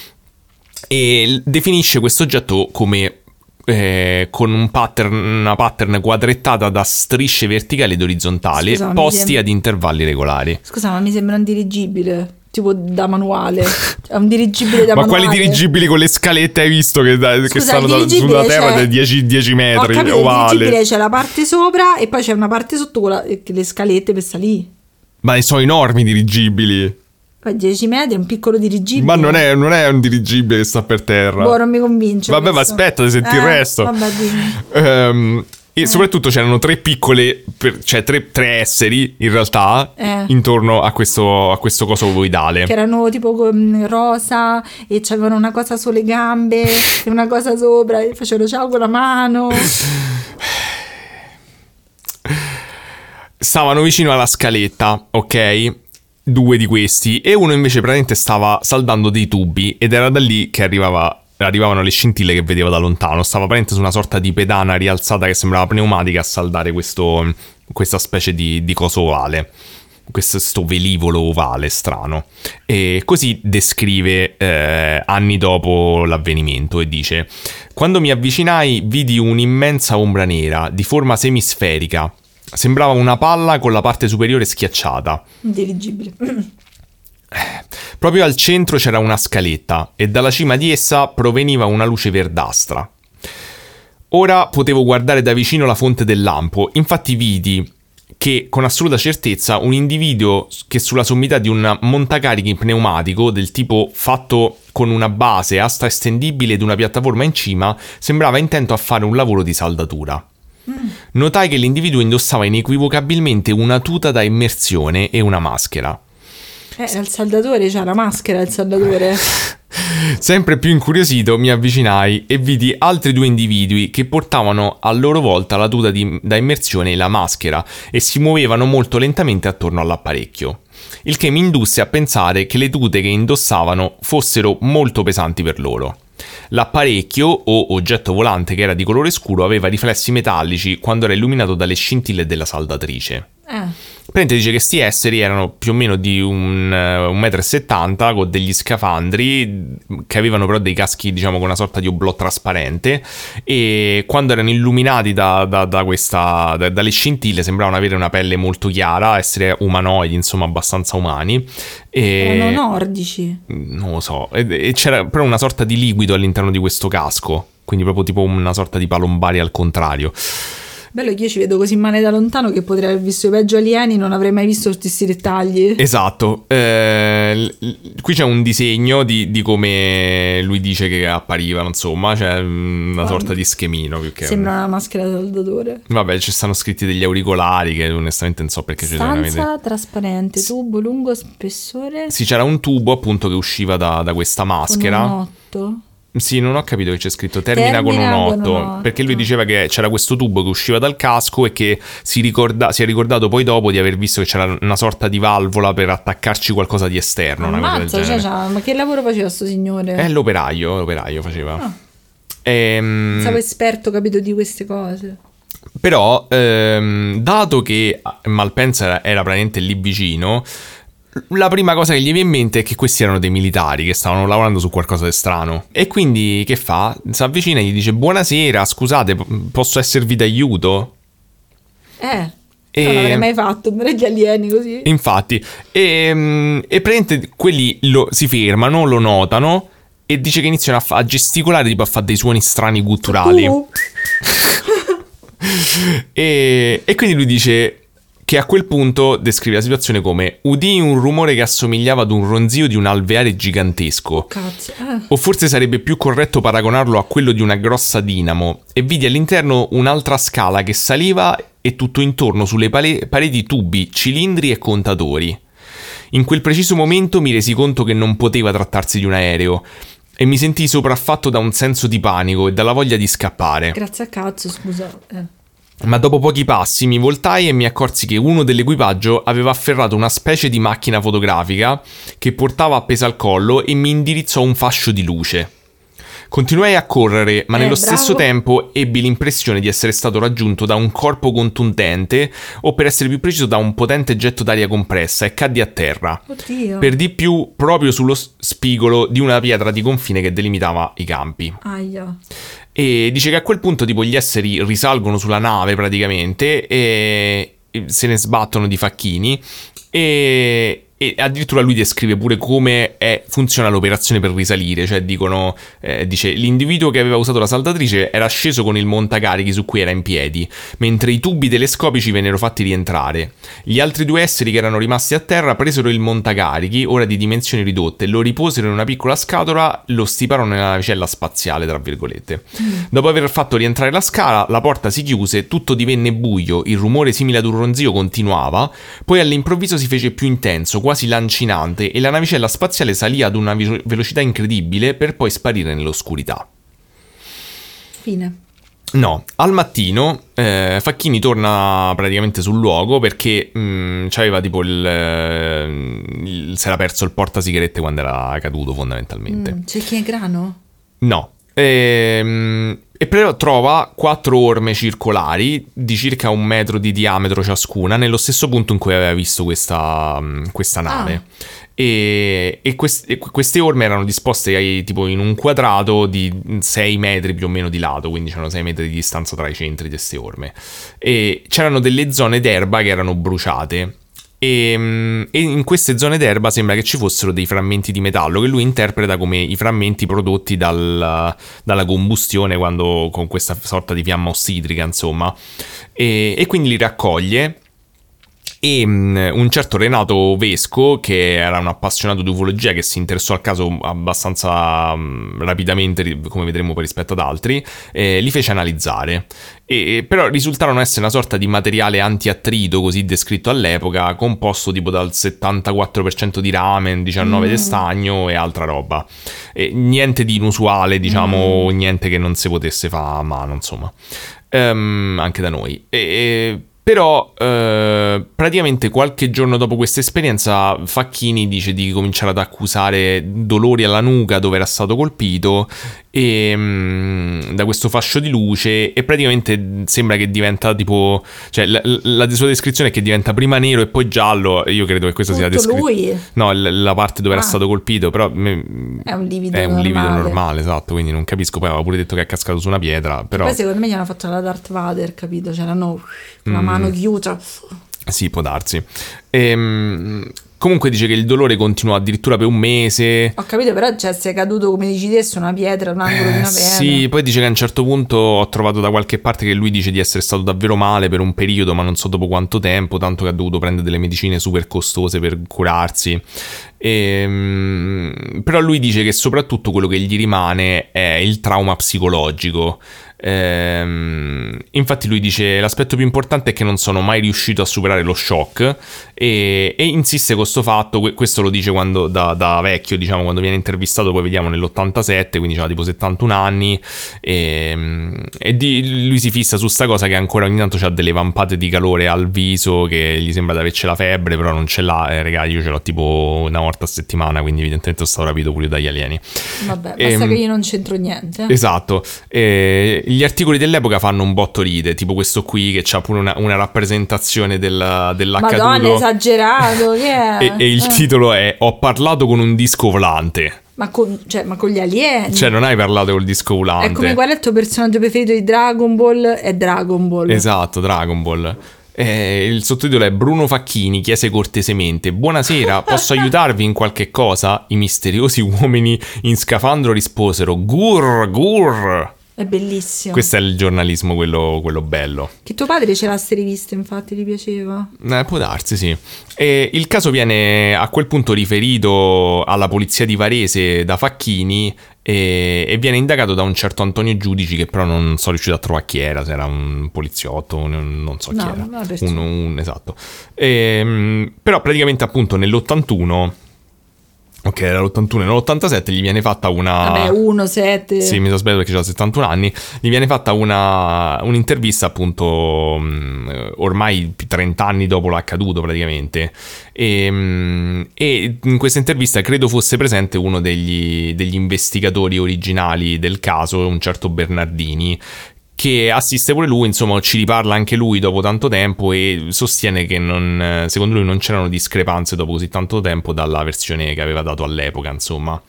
E definisce questo oggetto come con una pattern quadrettata da strisce verticali ed orizzontali posti ad intervalli regolari. Scusa, ma mi sembra un dirigibile tipo da manuale. È un dirigibile da manuale. Ma quali dirigibili con le scalette hai visto che stanno sulla terra da 10 metri? Ho capito, il dirigibile c'è la parte sopra e poi c'è una parte sotto con le scalette per salire. Ma sono enormi i dirigibili. 10 metri è un piccolo dirigibile. Ma non è un dirigibile che sta per terra. Boh, non mi convince. Vabbè, ma aspetta, senti il resto. Vabbè, dimmi. E soprattutto c'erano tre piccole, cioè tre esseri in realtà intorno a questo coso ovoidale. Che erano tipo rosa e c'avevano una cosa sulle gambe e una cosa sopra e facevano ciao con la mano. Stavano vicino alla scaletta, ok? 2 di questi, e uno invece praticamente stava saldando dei tubi ed era da lì che arrivavano le scintille che vedeva da lontano. Stava praticamente su una sorta di pedana rialzata che sembrava pneumatica a saldare questa specie di coso ovale, questo velivolo ovale strano. E così descrive anni dopo l'avvenimento e dice: quando mi avvicinai vidi un'immensa ombra nera di forma semisferica. Sembrava una palla con la parte superiore schiacciata. Intelligibile. Proprio al centro c'era una scaletta e dalla cima di essa proveniva una luce verdastra. Ora potevo guardare da vicino la fonte del lampo, infatti vidi che con assoluta certezza un individuo che sulla sommità di un montacarichi pneumatico del tipo fatto con una base asta estendibile ed una piattaforma in cima sembrava intento a fare un lavoro di saldatura. Notai che l'individuo indossava inequivocabilmente una tuta da immersione e una maschera. Era il saldatore, c'ha la maschera il saldatore. Sempre più incuriosito mi avvicinai e vidi altri 2 individui che portavano a loro volta la tuta da immersione e la maschera e si muovevano molto lentamente attorno all'apparecchio. Il che mi indusse a pensare che le tute che indossavano fossero molto pesanti per loro. L'apparecchio o oggetto volante, che era di colore scuro, aveva riflessi metallici quando era illuminato dalle scintille della saldatrice. Praticamente dice che sti esseri erano più o meno di 1,70 m con degli scafandri che avevano però dei caschi, diciamo, con una sorta di oblò trasparente, e quando erano illuminati dalle scintille sembravano avere una pelle molto chiara, essere umanoidi, insomma abbastanza umani. Erano nordici. Non lo so. E c'era però una sorta di liquido all'interno di questo casco, quindi proprio tipo una sorta di palombari al contrario. Bello che io ci vedo così male da lontano che potrei aver visto i peggio alieni, non avrei mai visto tutti questi dettagli. Esatto. Qui c'è un disegno di come lui dice che apparivano, insomma, c'è una sorta di schemino più che sembra una maschera da saldatore. Vabbè, ci stanno scritti degli auricolari che onestamente non so perché ci sono. Stanza trasparente, tubo lungo, spessore. Sì, c'era un tubo appunto che usciva da questa maschera. Con un 8. Sì, non ho capito che c'è scritto termina con un 8, perché lui diceva che c'era questo tubo che usciva dal casco e che si è ricordato poi dopo di aver visto che c'era una sorta di valvola per attaccarci qualcosa di esterno. Una cosa del genere. Ma che lavoro faceva sto signore? L'operaio faceva. Pensavo esperto, capito, di queste cose. Però, dato che Malpensa era praticamente lì vicino, la prima cosa che gli viene in mente è che questi erano dei militari che stavano lavorando su qualcosa di strano. E quindi che fa? Si avvicina e gli dice: buonasera, scusate, posso esservi d'aiuto? Non l'avrei mai fatto per gli alieni così. Infatti. E praticamente quelli si fermano, lo notano e dice che iniziano a gesticolare, tipo a fare dei suoni strani gutturali. E quindi lui dice che a quel punto descrive la situazione come: udii un rumore che assomigliava ad un ronzio di un alveare gigantesco. Cazzo. O forse sarebbe più corretto paragonarlo a quello di una grossa dinamo, e vidi all'interno un'altra scala che saliva e tutto intorno sulle pareti tubi, cilindri e contatori. In quel preciso momento mi resi conto che non poteva trattarsi di un aereo. e mi sentii sopraffatto da un senso di panico e dalla voglia di scappare. Grazie a cazzo, scusa. Ma dopo pochi passi mi voltai e mi accorsi che uno dell'equipaggio aveva afferrato una specie di macchina fotografica che portava appesa al collo e mi indirizzò un fascio di luce. Continuai a correre, ma nello stesso tempo ebbi l'impressione di essere stato raggiunto da un corpo contundente, o per essere più preciso da un potente getto d'aria compressa, e caddi a terra. Oddio. Per di più proprio sullo spigolo di una pietra di confine che delimitava i campi. Aia. E dice che a quel punto tipo gli esseri risalgono sulla nave praticamente e se ne sbattono di facchini e addirittura lui descrive pure come funziona l'operazione per risalire, cioè dice l'individuo che aveva usato la saldatrice era sceso con il montacarichi su cui era in piedi, mentre i tubi telescopici vennero fatti rientrare. Gli altri 2 esseri che erano rimasti a terra presero il montacarichi, ora di dimensioni ridotte, lo riposero in una piccola scatola, lo stiparono nella navicella spaziale, tra virgolette. Dopo aver fatto rientrare la scala, la porta si chiuse, tutto divenne buio, il rumore simile ad un ronzio continuava, poi all'improvviso si fece più intenso, quasi lancinante, e la navicella spaziale salì ad una velocità incredibile per poi sparire nell'oscurità. Fine. No, al mattino Facchini torna praticamente sul luogo perché c'aveva tipo si era perso il portasigarette quando era caduto fondamentalmente. C'è chi è grano? No. E però trova 4 orme circolari di circa 1 metro di diametro ciascuna nello stesso punto in cui aveva visto questa nave. E queste orme erano disposte tipo in un quadrato di 6 metri più o meno di lato, quindi c'erano 6 metri di distanza tra i centri di queste orme. E c'erano delle zone d'erba che erano bruciate. E in queste zone d'erba sembra che ci fossero dei frammenti di metallo che lui interpreta come i frammenti prodotti dalla combustione con questa sorta di fiamma ossidrica, insomma, e quindi li raccoglie. E un certo Renato Vesco, che era un appassionato di ufologia, che si interessò al caso abbastanza rapidamente, come vedremo poi rispetto ad altri, li fece analizzare. Però risultarono essere una sorta di materiale antiattrito, così descritto all'epoca, composto tipo dal 74% di rame, 19% di stagno e altra roba. Niente di inusuale, diciamo, niente che non si potesse fare a mano, insomma, anche da noi. Però praticamente qualche giorno dopo questa esperienza Facchini dice di cominciare ad accusare dolori alla nuca dove era stato colpito da questo fascio di luce, e praticamente sembra che diventa tipo, cioè la sua descrizione è che diventa prima nero e poi giallo. Io credo che questa sia la descrizione. No, la parte dove era stato colpito, però è un livido normale, esatto, quindi non capisco. Poi aveva pure detto che è cascato su una pietra, però poi secondo me gli hanno fatto la Darth Vader, capito? C'erano la mano chiusa. Sì, può darsi. Comunque dice che il dolore continuò addirittura per 1 mese. Ho capito, però si è caduto, come dici te, su una pietra, un angolo di una pietra. Sì, poi dice che a un certo punto ho trovato da qualche parte che lui dice di essere stato davvero male per un periodo, ma non so dopo quanto tempo, tanto che ha dovuto prendere delle medicine super costose per curarsi. Però lui dice che soprattutto quello che gli rimane è il trauma psicologico. Infatti lui dice l'aspetto più importante è che non sono mai riuscito a superare lo shock, e insiste con questo fatto. Questo lo dice quando da vecchio, diciamo, quando viene intervistato, poi vediamo nell'87, quindi c'era tipo 71 anni, lui si fissa su sta cosa che ancora ogni tanto c'ha delle vampate di calore al viso, che gli sembra di averci la febbre, però non ce l'ha. Raga, io ce l'ho tipo una volta a settimana, quindi evidentemente sono stato rapito pure dagli alieni. Vabbè, basta che io non c'entro niente. Esatto. Gli articoli dell'epoca fanno un botto ride, tipo questo qui che c'ha pure una rappresentazione dell'accaduto. Madonna, esagerato, che è? E il titolo è "Ho parlato con un disco volante". Ma con gli alieni? Cioè, non hai parlato col disco volante. È come qual è il tuo personaggio preferito di Dragon Ball? È Dragon Ball. Esatto, Dragon Ball. Il sottotitolo è "Bruno Facchini chiese cortesemente: buonasera, posso aiutarvi in qualche cosa?" I misteriosi uomini in scafandro risposero: "Gur, gur". È bellissimo. Questo è il giornalismo, quello bello. Che tuo padre ce l'ha ste riviste, infatti, gli piaceva. Può darsi, sì. E il caso viene a quel punto riferito alla polizia di Varese da Facchini e viene indagato da un certo Antonio Giudici, che però non sono riuscito a trovare chi era, se era un poliziotto, non so chi era. Esatto. Però praticamente appunto nell'81 Ok, era l'81 e nell'87 gli viene fatta una... Vabbè, 1-7. Sì, mi sono sbagliato perché c'ha 71 anni. Gli viene fatta un'intervista appunto ormai 30 anni dopo l'accaduto praticamente. E in questa intervista credo fosse presente uno degli investigatori originali del caso, un certo Bernardini, che assiste pure lui, insomma ci riparla anche lui dopo tanto tempo e sostiene che secondo lui non c'erano discrepanze dopo così tanto tempo dalla versione che aveva dato all'epoca, insomma.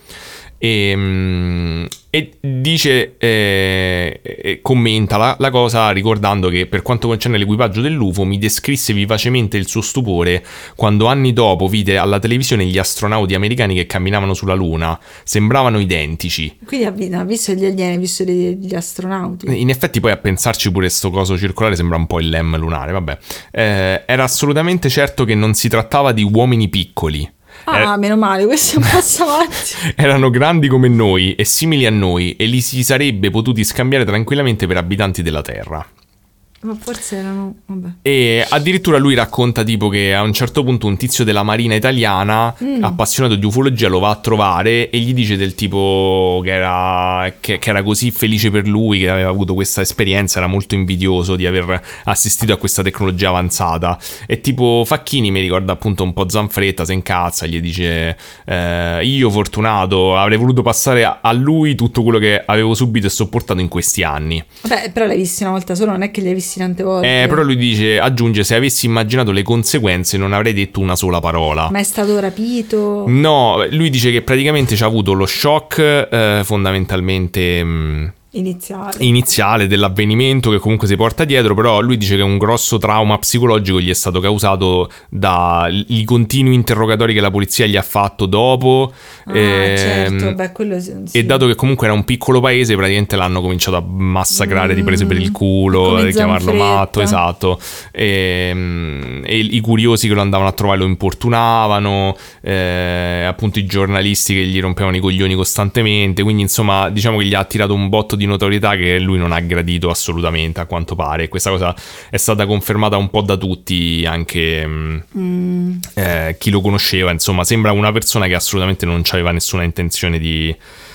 E dice, commenta la cosa ricordando che per quanto concerne l'equipaggio dell'UFO mi descrisse vivacemente il suo stupore quando anni dopo vide alla televisione gli astronauti americani che camminavano sulla Luna, sembravano identici. Quindi ha visto gli alieni, ha visto gli astronauti. In effetti poi a pensarci pure sto coso circolare sembra un po' il LEM lunare, vabbè. Era assolutamente certo che non si trattava di uomini piccoli. Meno male, questo è un passo avanti. Erano grandi come noi e simili a noi e li si sarebbe potuti scambiare tranquillamente per abitanti della Terra. Ma forse erano... vabbè. E addirittura lui racconta tipo che a un certo punto un tizio della Marina italiana appassionato di ufologia lo va a trovare e gli dice del tipo che era così felice per lui, che aveva avuto questa esperienza, era molto invidioso di aver assistito a questa tecnologia avanzata. E tipo Facchini mi ricorda appunto un po' Zanfretta, si incazza, gli dice io fortunato avrei voluto passare a lui tutto quello che avevo subito e sopportato in questi anni. Vabbè, però l'hai visto una volta solo, non è che li hai visti tante volte. Però lui aggiunge, se avessi immaginato le conseguenze non avrei detto una sola parola. Ma è stato rapito? No, lui dice che praticamente ci ha avuto lo shock fondamentalmente iniziale dell'avvenimento che comunque si porta dietro, però lui dice che un grosso trauma psicologico gli è stato causato dai continui interrogatori che la polizia gli ha fatto dopo. Certo, beh, quello sì. E dato che comunque era un piccolo paese, praticamente l'hanno cominciato a massacrare, di prese per il culo, chiamarlo matto, esatto. E i curiosi che lo andavano a trovare lo importunavano, appunto i giornalisti che gli rompevano i coglioni costantemente, quindi insomma diciamo che gli ha attirato un botto di notorietà che lui non ha gradito assolutamente, a quanto pare. Questa cosa è stata confermata un po' da tutti, anche chi lo conosceva, insomma sembra una persona che assolutamente non aveva nessuna intenzione di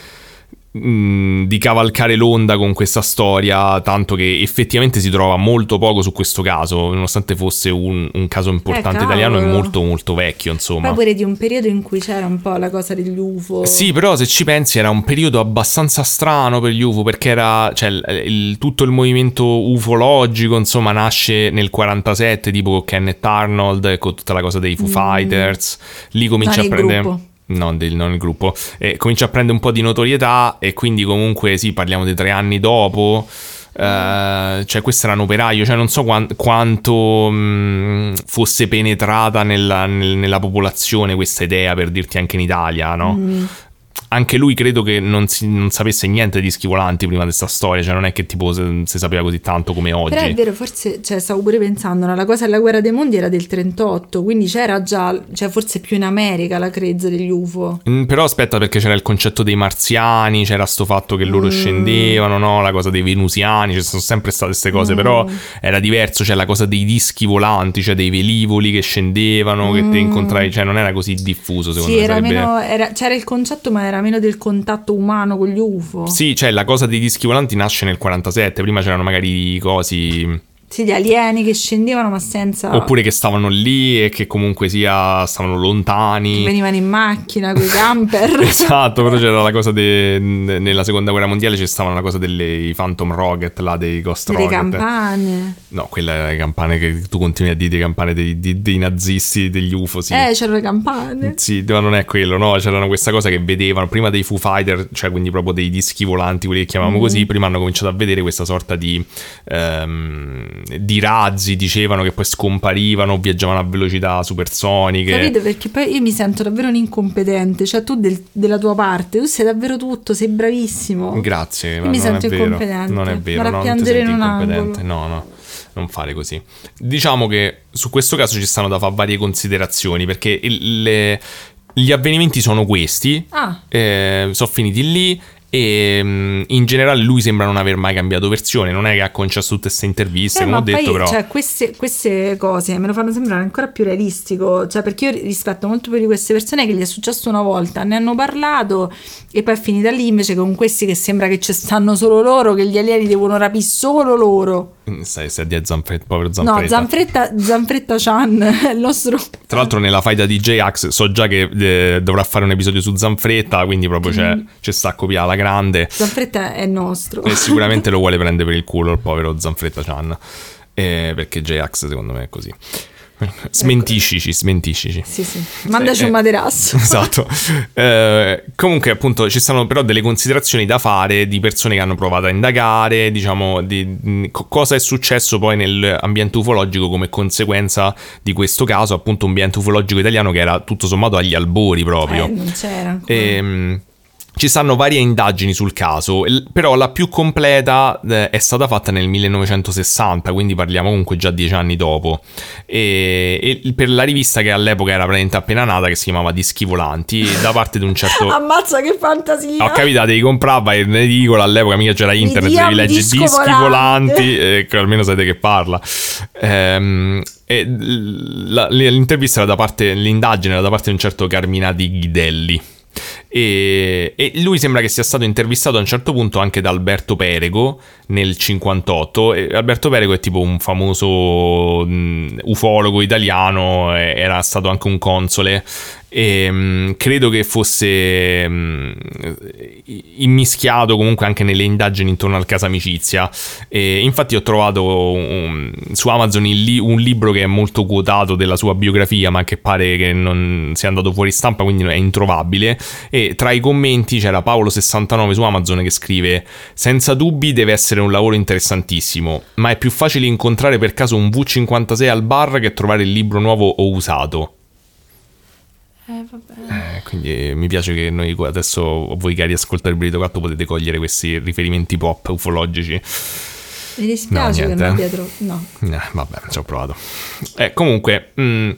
cavalcare l'onda con questa storia, tanto che effettivamente si trova molto poco su questo caso, nonostante fosse un caso importante italiano e molto molto vecchio, insomma. Poi pure di un periodo in cui c'era un po' la cosa degli UFO. Sì, però se ci pensi era un periodo abbastanza strano per gli UFO, perché era, cioè, tutto il movimento ufologico, insomma, nasce nel 47, tipo con Kenneth Arnold e con tutta la cosa dei Foo Fighters. Lì comincia a prendere... non il gruppo, comincia a prendere un po' di notorietà e quindi comunque sì, parliamo di 3 anni dopo, cioè questo era un operaio, cioè non so quanto fosse penetrata nella popolazione questa idea, per dirti, anche in Italia, no? Anche lui credo che non sapesse niente di dischi volanti prima di questa storia, cioè non è che tipo si sapeva così tanto come oggi. Però è vero, forse, cioè, stavo pure pensando, no? La cosa della guerra dei mondi era del 38, quindi c'era già, cioè forse più in America la craze degli UFO. Però aspetta, perché c'era il concetto dei marziani, c'era sto fatto che loro scendevano, no? La cosa dei venusiani, ci sono sempre state queste cose, però era diverso, cioè la cosa dei dischi volanti, cioè dei velivoli che scendevano, che te incontravi, cioè non era così diffuso, secondo me. Era meno, c'era il concetto, ma era meno del contatto umano con gli UFO. Sì, cioè la cosa dei dischi volanti nasce nel 47, prima c'erano magari cosi... Sì, gli alieni che scendevano ma senza... Oppure che stavano lì e che comunque stavano lontani. Che venivano in macchina, coi camper. Esatto, però c'era la cosa nella seconda guerra mondiale ci stavano la cosa dei Phantom Rocket, là, dei Ghost Rocket. Le campane. No, quelle erano le campane che tu continui a dire, le campane dei nazisti, degli UFO, sì. C'erano le campane. Sì, ma non è quello, no, c'erano questa cosa che vedevano prima dei Foo Fighter, cioè quindi proprio dei dischi volanti, quelli che chiamiamo così, prima hanno cominciato a vedere questa sorta di razzi, dicevano, che poi scomparivano, viaggiavano a velocità supersoniche. Capito? Perché poi io mi sento davvero un incompetente, cioè tu della tua parte, tu sei davvero tutto, sei bravissimo. Grazie, ma mi non sento è vero. Incompetente. Non è vero, vado a piangere in un angolo. No, non fare così. Diciamo che su questo caso ci stanno da fare varie considerazioni, perché gli avvenimenti sono questi, sono finiti lì. e in generale lui sembra non aver mai cambiato versione, non è che ha concesso tutte queste interviste, come ho detto, poi, però cioè, queste cose me lo fanno sembrare ancora più realistico, cioè, perché io rispetto molto più di queste persone che gli è successo una volta, ne hanno parlato e poi è finita lì, invece con questi che sembra che ci stanno solo loro, che gli alieni devono rapire solo loro. Stai a dire Zanfretta, povero Zanfretta. No, Zanfretta Chan, il nostro... Tra l'altro nella faida di J-Ax so già che dovrà fare un episodio su Zanfretta, quindi proprio c'è sta a copiare alla grande. Zanfretta è nostro. E sicuramente lo vuole prendere per il culo il povero Zanfretta Chan, perché J-Ax secondo me è così. Smentiscici. Sì. Mandaci un materasso. Esatto. Comunque appunto ci stanno però delle considerazioni da fare di persone che hanno provato a indagare, diciamo, di cosa è successo poi nell'ambiente ufologico come conseguenza di questo caso, appunto un ambiente ufologico italiano che era tutto sommato agli albori proprio. Non c'era ancora. Ci stanno varie indagini sul caso, però la più completa è stata fatta nel 1960, quindi parliamo comunque già 10 anni dopo, e per la rivista che all'epoca era praticamente appena nata, che si chiamava Dischi Volanti, da parte di un certo... Ammazza che fantasia! Ho capito, devi comprare in edicola, all'epoca mica c'era internet, devi leggere Dischi Volanti, che almeno sapete che parla. L'intervista era da parte, l'indagine era da parte di un certo Carminati Ghidelli. E lui sembra che sia stato intervistato a un certo punto anche da Alberto Perego nel 58. E Alberto Perego è tipo un famoso ufologo italiano, era stato anche un console e credo che fosse immischiato comunque anche nelle indagini intorno al caso Amicizia. E infatti ho trovato su Amazon un libro che è molto quotato della sua biografia, ma che pare che non sia andato fuori stampa, quindi è introvabile. E tra i commenti c'era Paolo69 su Amazon che scrive: senza dubbi deve essere un lavoro interessantissimo, ma è più facile incontrare per caso un V56 al bar che trovare il libro nuovo o usato. Vabbè. Quindi mi piace che noi adesso, voi cari ascoltatori Brito 4, potete cogliere questi riferimenti pop ufologici. Mi dispiace che non abbia no. Vabbè, ci ho provato. Comunque Vuoi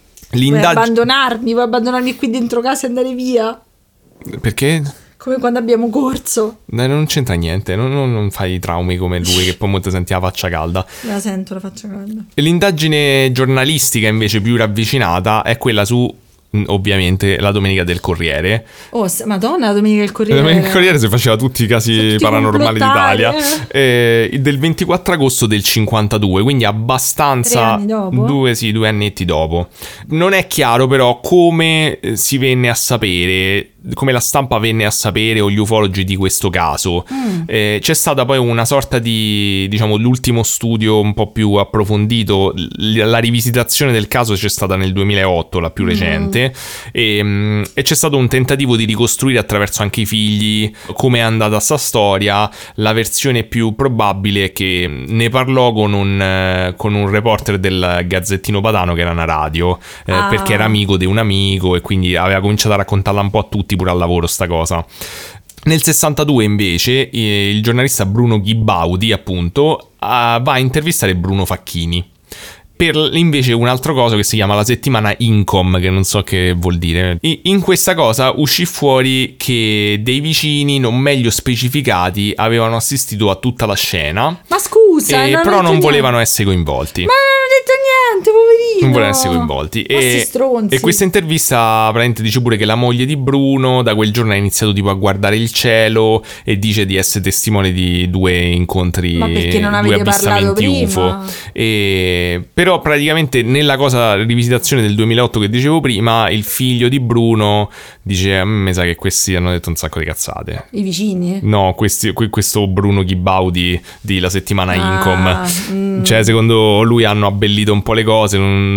abbandonarmi qui dentro casa e andare via? Perché? Come quando abbiamo corso. Non c'entra niente, non fai traumi come lui che poi molto senti la faccia calda. La sento la faccia calda. L'indagine giornalistica invece più ravvicinata è quella su, ovviamente, la Domenica del Corriere. Oh, Madonna, la Domenica del Corriere. La Domenica del Corriere si faceva tutti i casi paranormali d'Italia. Del 24 agosto del 52, quindi abbastanza 3 anni dopo? 2 annetti dopo. Non è chiaro però come si venne a sapere, come la stampa venne a sapere o gli ufologi di questo caso. C'è stata poi una sorta di, diciamo, l'ultimo studio un po' più approfondito. La rivisitazione del caso c'è stata nel 2008, la più recente. E c'è stato un tentativo di ricostruire attraverso anche i figli come è andata sta storia. La versione più probabile è che ne parlò con un reporter del Gazzettino Padano, che era una radio, perché era amico di un amico e quindi aveva cominciato a raccontarla un po' a tutti pure al lavoro sta cosa. Nel 62 invece il giornalista Bruno Ghibaudi appunto va a intervistare Bruno Facchini per invece un'altra cosa che si chiama la settimana Incom, che non so che vuol dire. In questa cosa uscì fuori che dei vicini non meglio specificati avevano assistito a tutta la scena. Ma scusa, però non volevano essere coinvolti. Ma non ho detto niente, poverino. Non volevano essere coinvolti. E questa intervista praticamente dice pure che la moglie di Bruno da quel giorno ha iniziato tipo a guardare il cielo e dice di essere testimone di 2 incontri, ma perché non avete parlato prima? UFO. Però praticamente nella cosa rivisitazione del 2008 che dicevo prima, il figlio di Bruno dice: a me sa che questi hanno detto un sacco di cazzate. I vicini? No, questo Bruno Ghibaudi di la settimana Incom. Cioè, secondo lui hanno abbellito un po' le cose.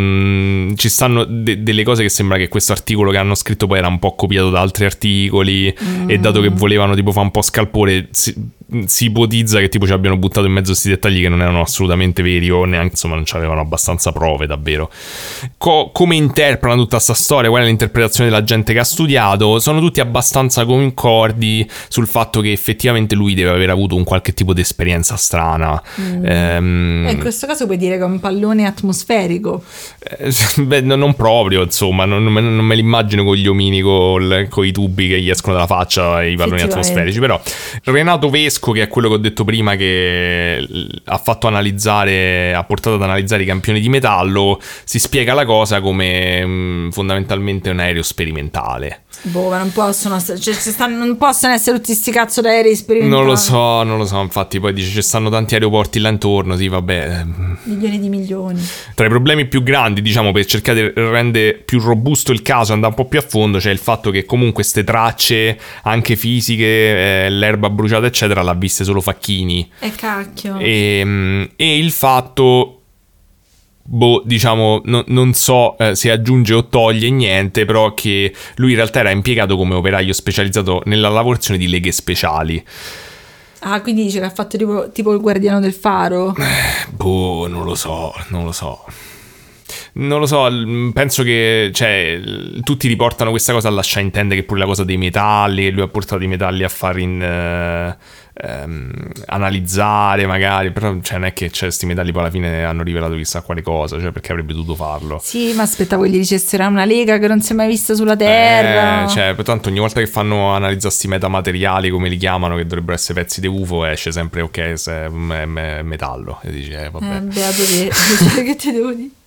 Ci stanno delle cose che sembra che questo articolo che hanno scritto poi era un po' copiato da altri articoli, e dato che volevano tipo fare un po' scalpore, si ipotizza che tipo ci abbiano buttato in mezzo questi dettagli che non erano assolutamente veri, o neanche, insomma, non c'avevano abbastanza prove davvero. Come interpretano tutta sta storia, qual è l'interpretazione della gente che ha studiato, sono tutti abbastanza concordi sul fatto che effettivamente lui deve aver avuto un qualche tipo di esperienza strana. In questo caso puoi dire che è un pallone atmosferico. Beh, non proprio, insomma, non me l'immagino con gli omini con i tubi che gli escono dalla faccia e i palloni atmosferici. Però Renato Vesco, che è quello che ho detto prima, che ha portato ad analizzare i campioni di metallo, si spiega la cosa come fondamentalmente un aereo sperimentale. Boh, ma non possono essere tutti sti cazzo d'aerei sperimentali. Non lo so, infatti poi dice ci stanno tanti aeroporti là intorno, sì, vabbè. Milioni di milioni. Tra i problemi più grandi, diciamo, per cercare di rendere più robusto il caso, andare un po' più a fondo, c'è il fatto che comunque queste tracce, anche fisiche, l'erba bruciata eccetera, l'ha viste solo Facchini. Cacchio. E il fatto... diciamo, non so se aggiunge o toglie niente, però che lui in realtà era impiegato come operaio specializzato nella lavorazione di leghe speciali. Ah, quindi dice che ha fatto tipo il guardiano del faro? Non lo so. Non lo so, penso che, cioè, tutti riportano questa cosa a lasciare intendere che pure la cosa dei metalli, che lui ha portato i metalli a far analizzare magari, però cioè, non è che sti metalli poi alla fine hanno rivelato chissà quale cosa, cioè perché avrebbe dovuto farlo. Sì, ma aspettavo che gli dicessero è una lega che non si è mai vista sulla Terra. Cioè, tanto ogni volta che fanno analizzare sti metamateriali, come li chiamano, che dovrebbero essere pezzi di UFO, esce sempre ok, se è metallo, e dici vabbè. Beato te, che ti devo dire?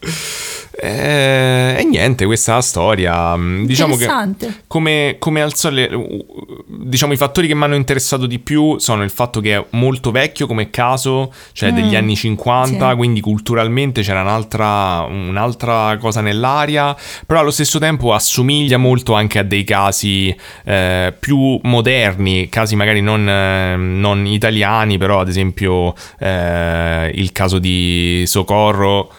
E niente, questa è la storia. Diciamo che come al solito, diciamo, i fattori che mi hanno interessato di più sono il fatto che è molto vecchio come caso, cioè degli anni 50, sì. Quindi culturalmente c'era un'altra cosa nell'aria, però allo stesso tempo assomiglia molto anche a dei casi più moderni, casi magari non italiani, però ad esempio il caso di Socorro.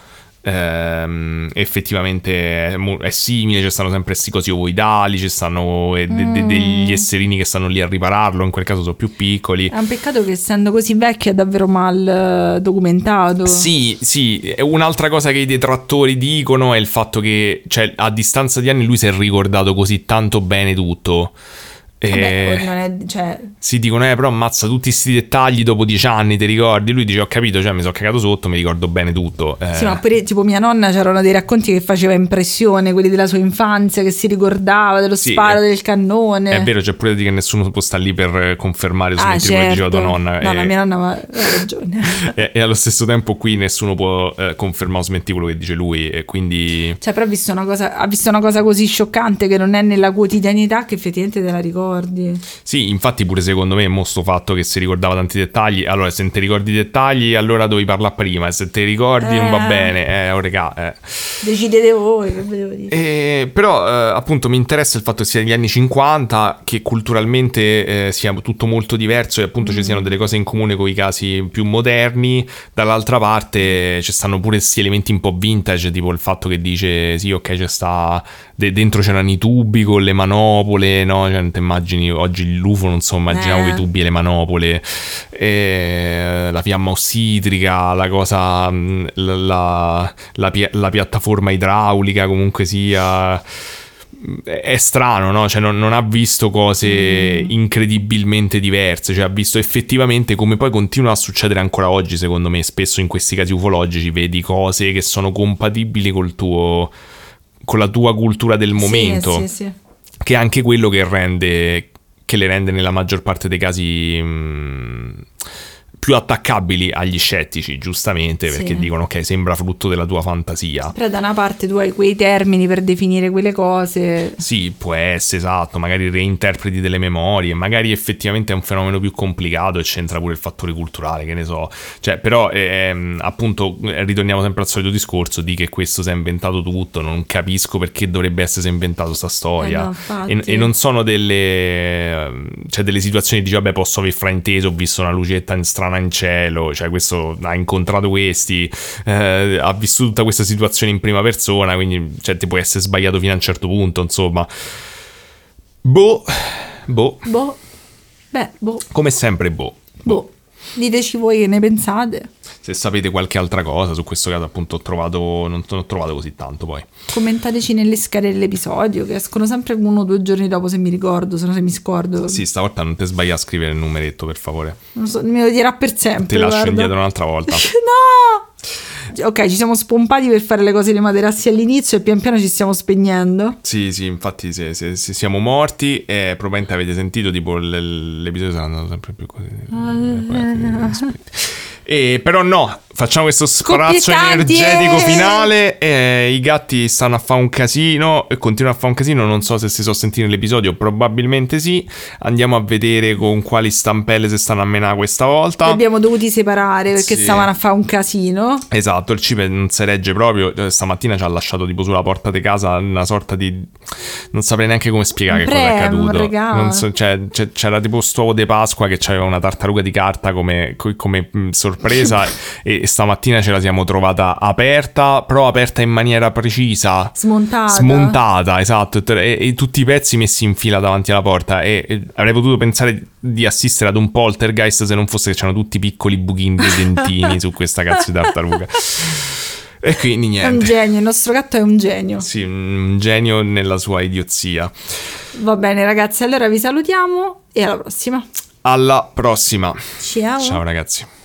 Effettivamente è simile, ci stanno sempre questi cosi ovoidali, ci stanno degli esserini che stanno lì a ripararlo, in quel caso sono più piccoli. È un peccato che essendo così vecchio è davvero mal documentato. Sì, un'altra cosa che i detrattori dicono è il fatto che, cioè, a distanza di anni lui si è ricordato così tanto bene tutto. Vabbè, non è, cioè... Si dicono però ammazza tutti questi dettagli dopo 10 anni, ti ricordi? Lui dice ho capito, cioè mi sono cagato sotto, mi ricordo bene tutto. Sì, ma pure tipo mia nonna c'erano dei racconti che faceva impressione, quelli della sua infanzia, che si ricordava dello sparo del cannone. È vero, c'è pure di che nessuno può stare lì per confermare su quello che diceva tua nonna. No, la mia nonna ha ragione. E allo stesso tempo qui nessuno può confermare o smentire quello che dice lui, e quindi... Cioè, però ha visto una cosa così scioccante che non è nella quotidianità che effettivamente te la ricordi. Sì, infatti pure secondo me è sto fatto che si ricordava tanti dettagli. Allora, se non ti ricordi i dettagli, allora dovevi parlare prima, e se te li ricordi non va bene, decidete voi, che vedevo dire. Però appunto mi interessa il fatto che sia negli anni 50, che culturalmente sia tutto molto diverso, e appunto ci siano delle cose in comune con i casi più moderni. Dall'altra parte ci stanno pure questi elementi un po' vintage, tipo il fatto che dice sì, ok, c'è sta dentro c'erano i tubi con le manopole, no? Cioè, non ti immagini oggi l'UFO, non so, immaginavo i tubi e le manopole, la fiamma ossidrica, la cosa, la piattaforma idraulica, comunque sia. È strano, no? Cioè non ha visto cose incredibilmente diverse, cioè ha visto effettivamente come poi continua a succedere ancora oggi, secondo me, spesso in questi casi ufologici vedi cose che sono compatibili con la tua cultura del momento, sì. Che è anche quello che le rende nella maggior parte dei casi più attaccabili agli scettici, giustamente, perché dicono ok, sembra frutto della tua fantasia. Però da una parte tu hai quei termini per definire quelle cose. Sì, può essere, esatto, magari reinterpreti delle memorie, magari effettivamente è un fenomeno più complicato e c'entra pure il fattore culturale, che ne so. Cioè, però appunto ritorniamo sempre al solito discorso di che questo si è inventato tutto, non capisco perché dovrebbe essersi inventato sta storia. No, e non sono delle situazioni di vabbè, posso aver frainteso, ho visto una lucetta in strana in cielo, cioè questo ha incontrato questi, ha vissuto tutta questa situazione in prima persona, quindi cioè, ti puoi essere sbagliato fino a un certo punto, insomma. Come sempre, Diteci voi che ne pensate. Se sapete qualche altra cosa su questo caso, appunto non ho trovato così tanto poi. Commentateci nelle schede dell'episodio, che escono sempre 1 o 2 giorni dopo, se mi ricordo, se no se mi scordo. Sì, stavolta non ti sbagli a scrivere il numeretto, per favore. Non so, me lo dirà per sempre. Ti lascio indietro un'altra volta. No! Ok, ci siamo spompati per fare le cose dei materassi all'inizio e pian piano ci stiamo spegnendo. Sì, infatti se siamo morti e probabilmente avete sentito tipo l'episodio sta andando sempre più così. Però no, facciamo questo sparazzo energetico finale. I gatti stanno a fare un casino e continuano a fare un casino. Non so se si sono sentiti nell'episodio, probabilmente sì. Andiamo a vedere con quali stampelle si stanno a menare questa volta. Li abbiamo dovuti separare perché stavano a fare un casino. Esatto, il cibo non si regge proprio. Stamattina ci ha lasciato tipo sulla porta di casa una sorta di... non saprei neanche come spiegare che cosa è accaduto. Non so, c'era tipo sto uovo di Pasqua che c'aveva una tartaruga di carta come sorpresa e stamattina ce la siamo trovata aperta, però aperta in maniera precisa, smontata, esatto, e tutti i pezzi messi in fila davanti alla porta, e avrei potuto pensare di assistere ad un poltergeist se non fosse che c'erano tutti piccoli buchini dei dentini su questa cazzo di tartaruga. E quindi niente. È un genio, il nostro gatto è un genio. Sì, un genio nella sua idiozia. Va bene ragazzi, allora vi salutiamo e alla prossima. Alla prossima. Ciao. Ciao ragazzi.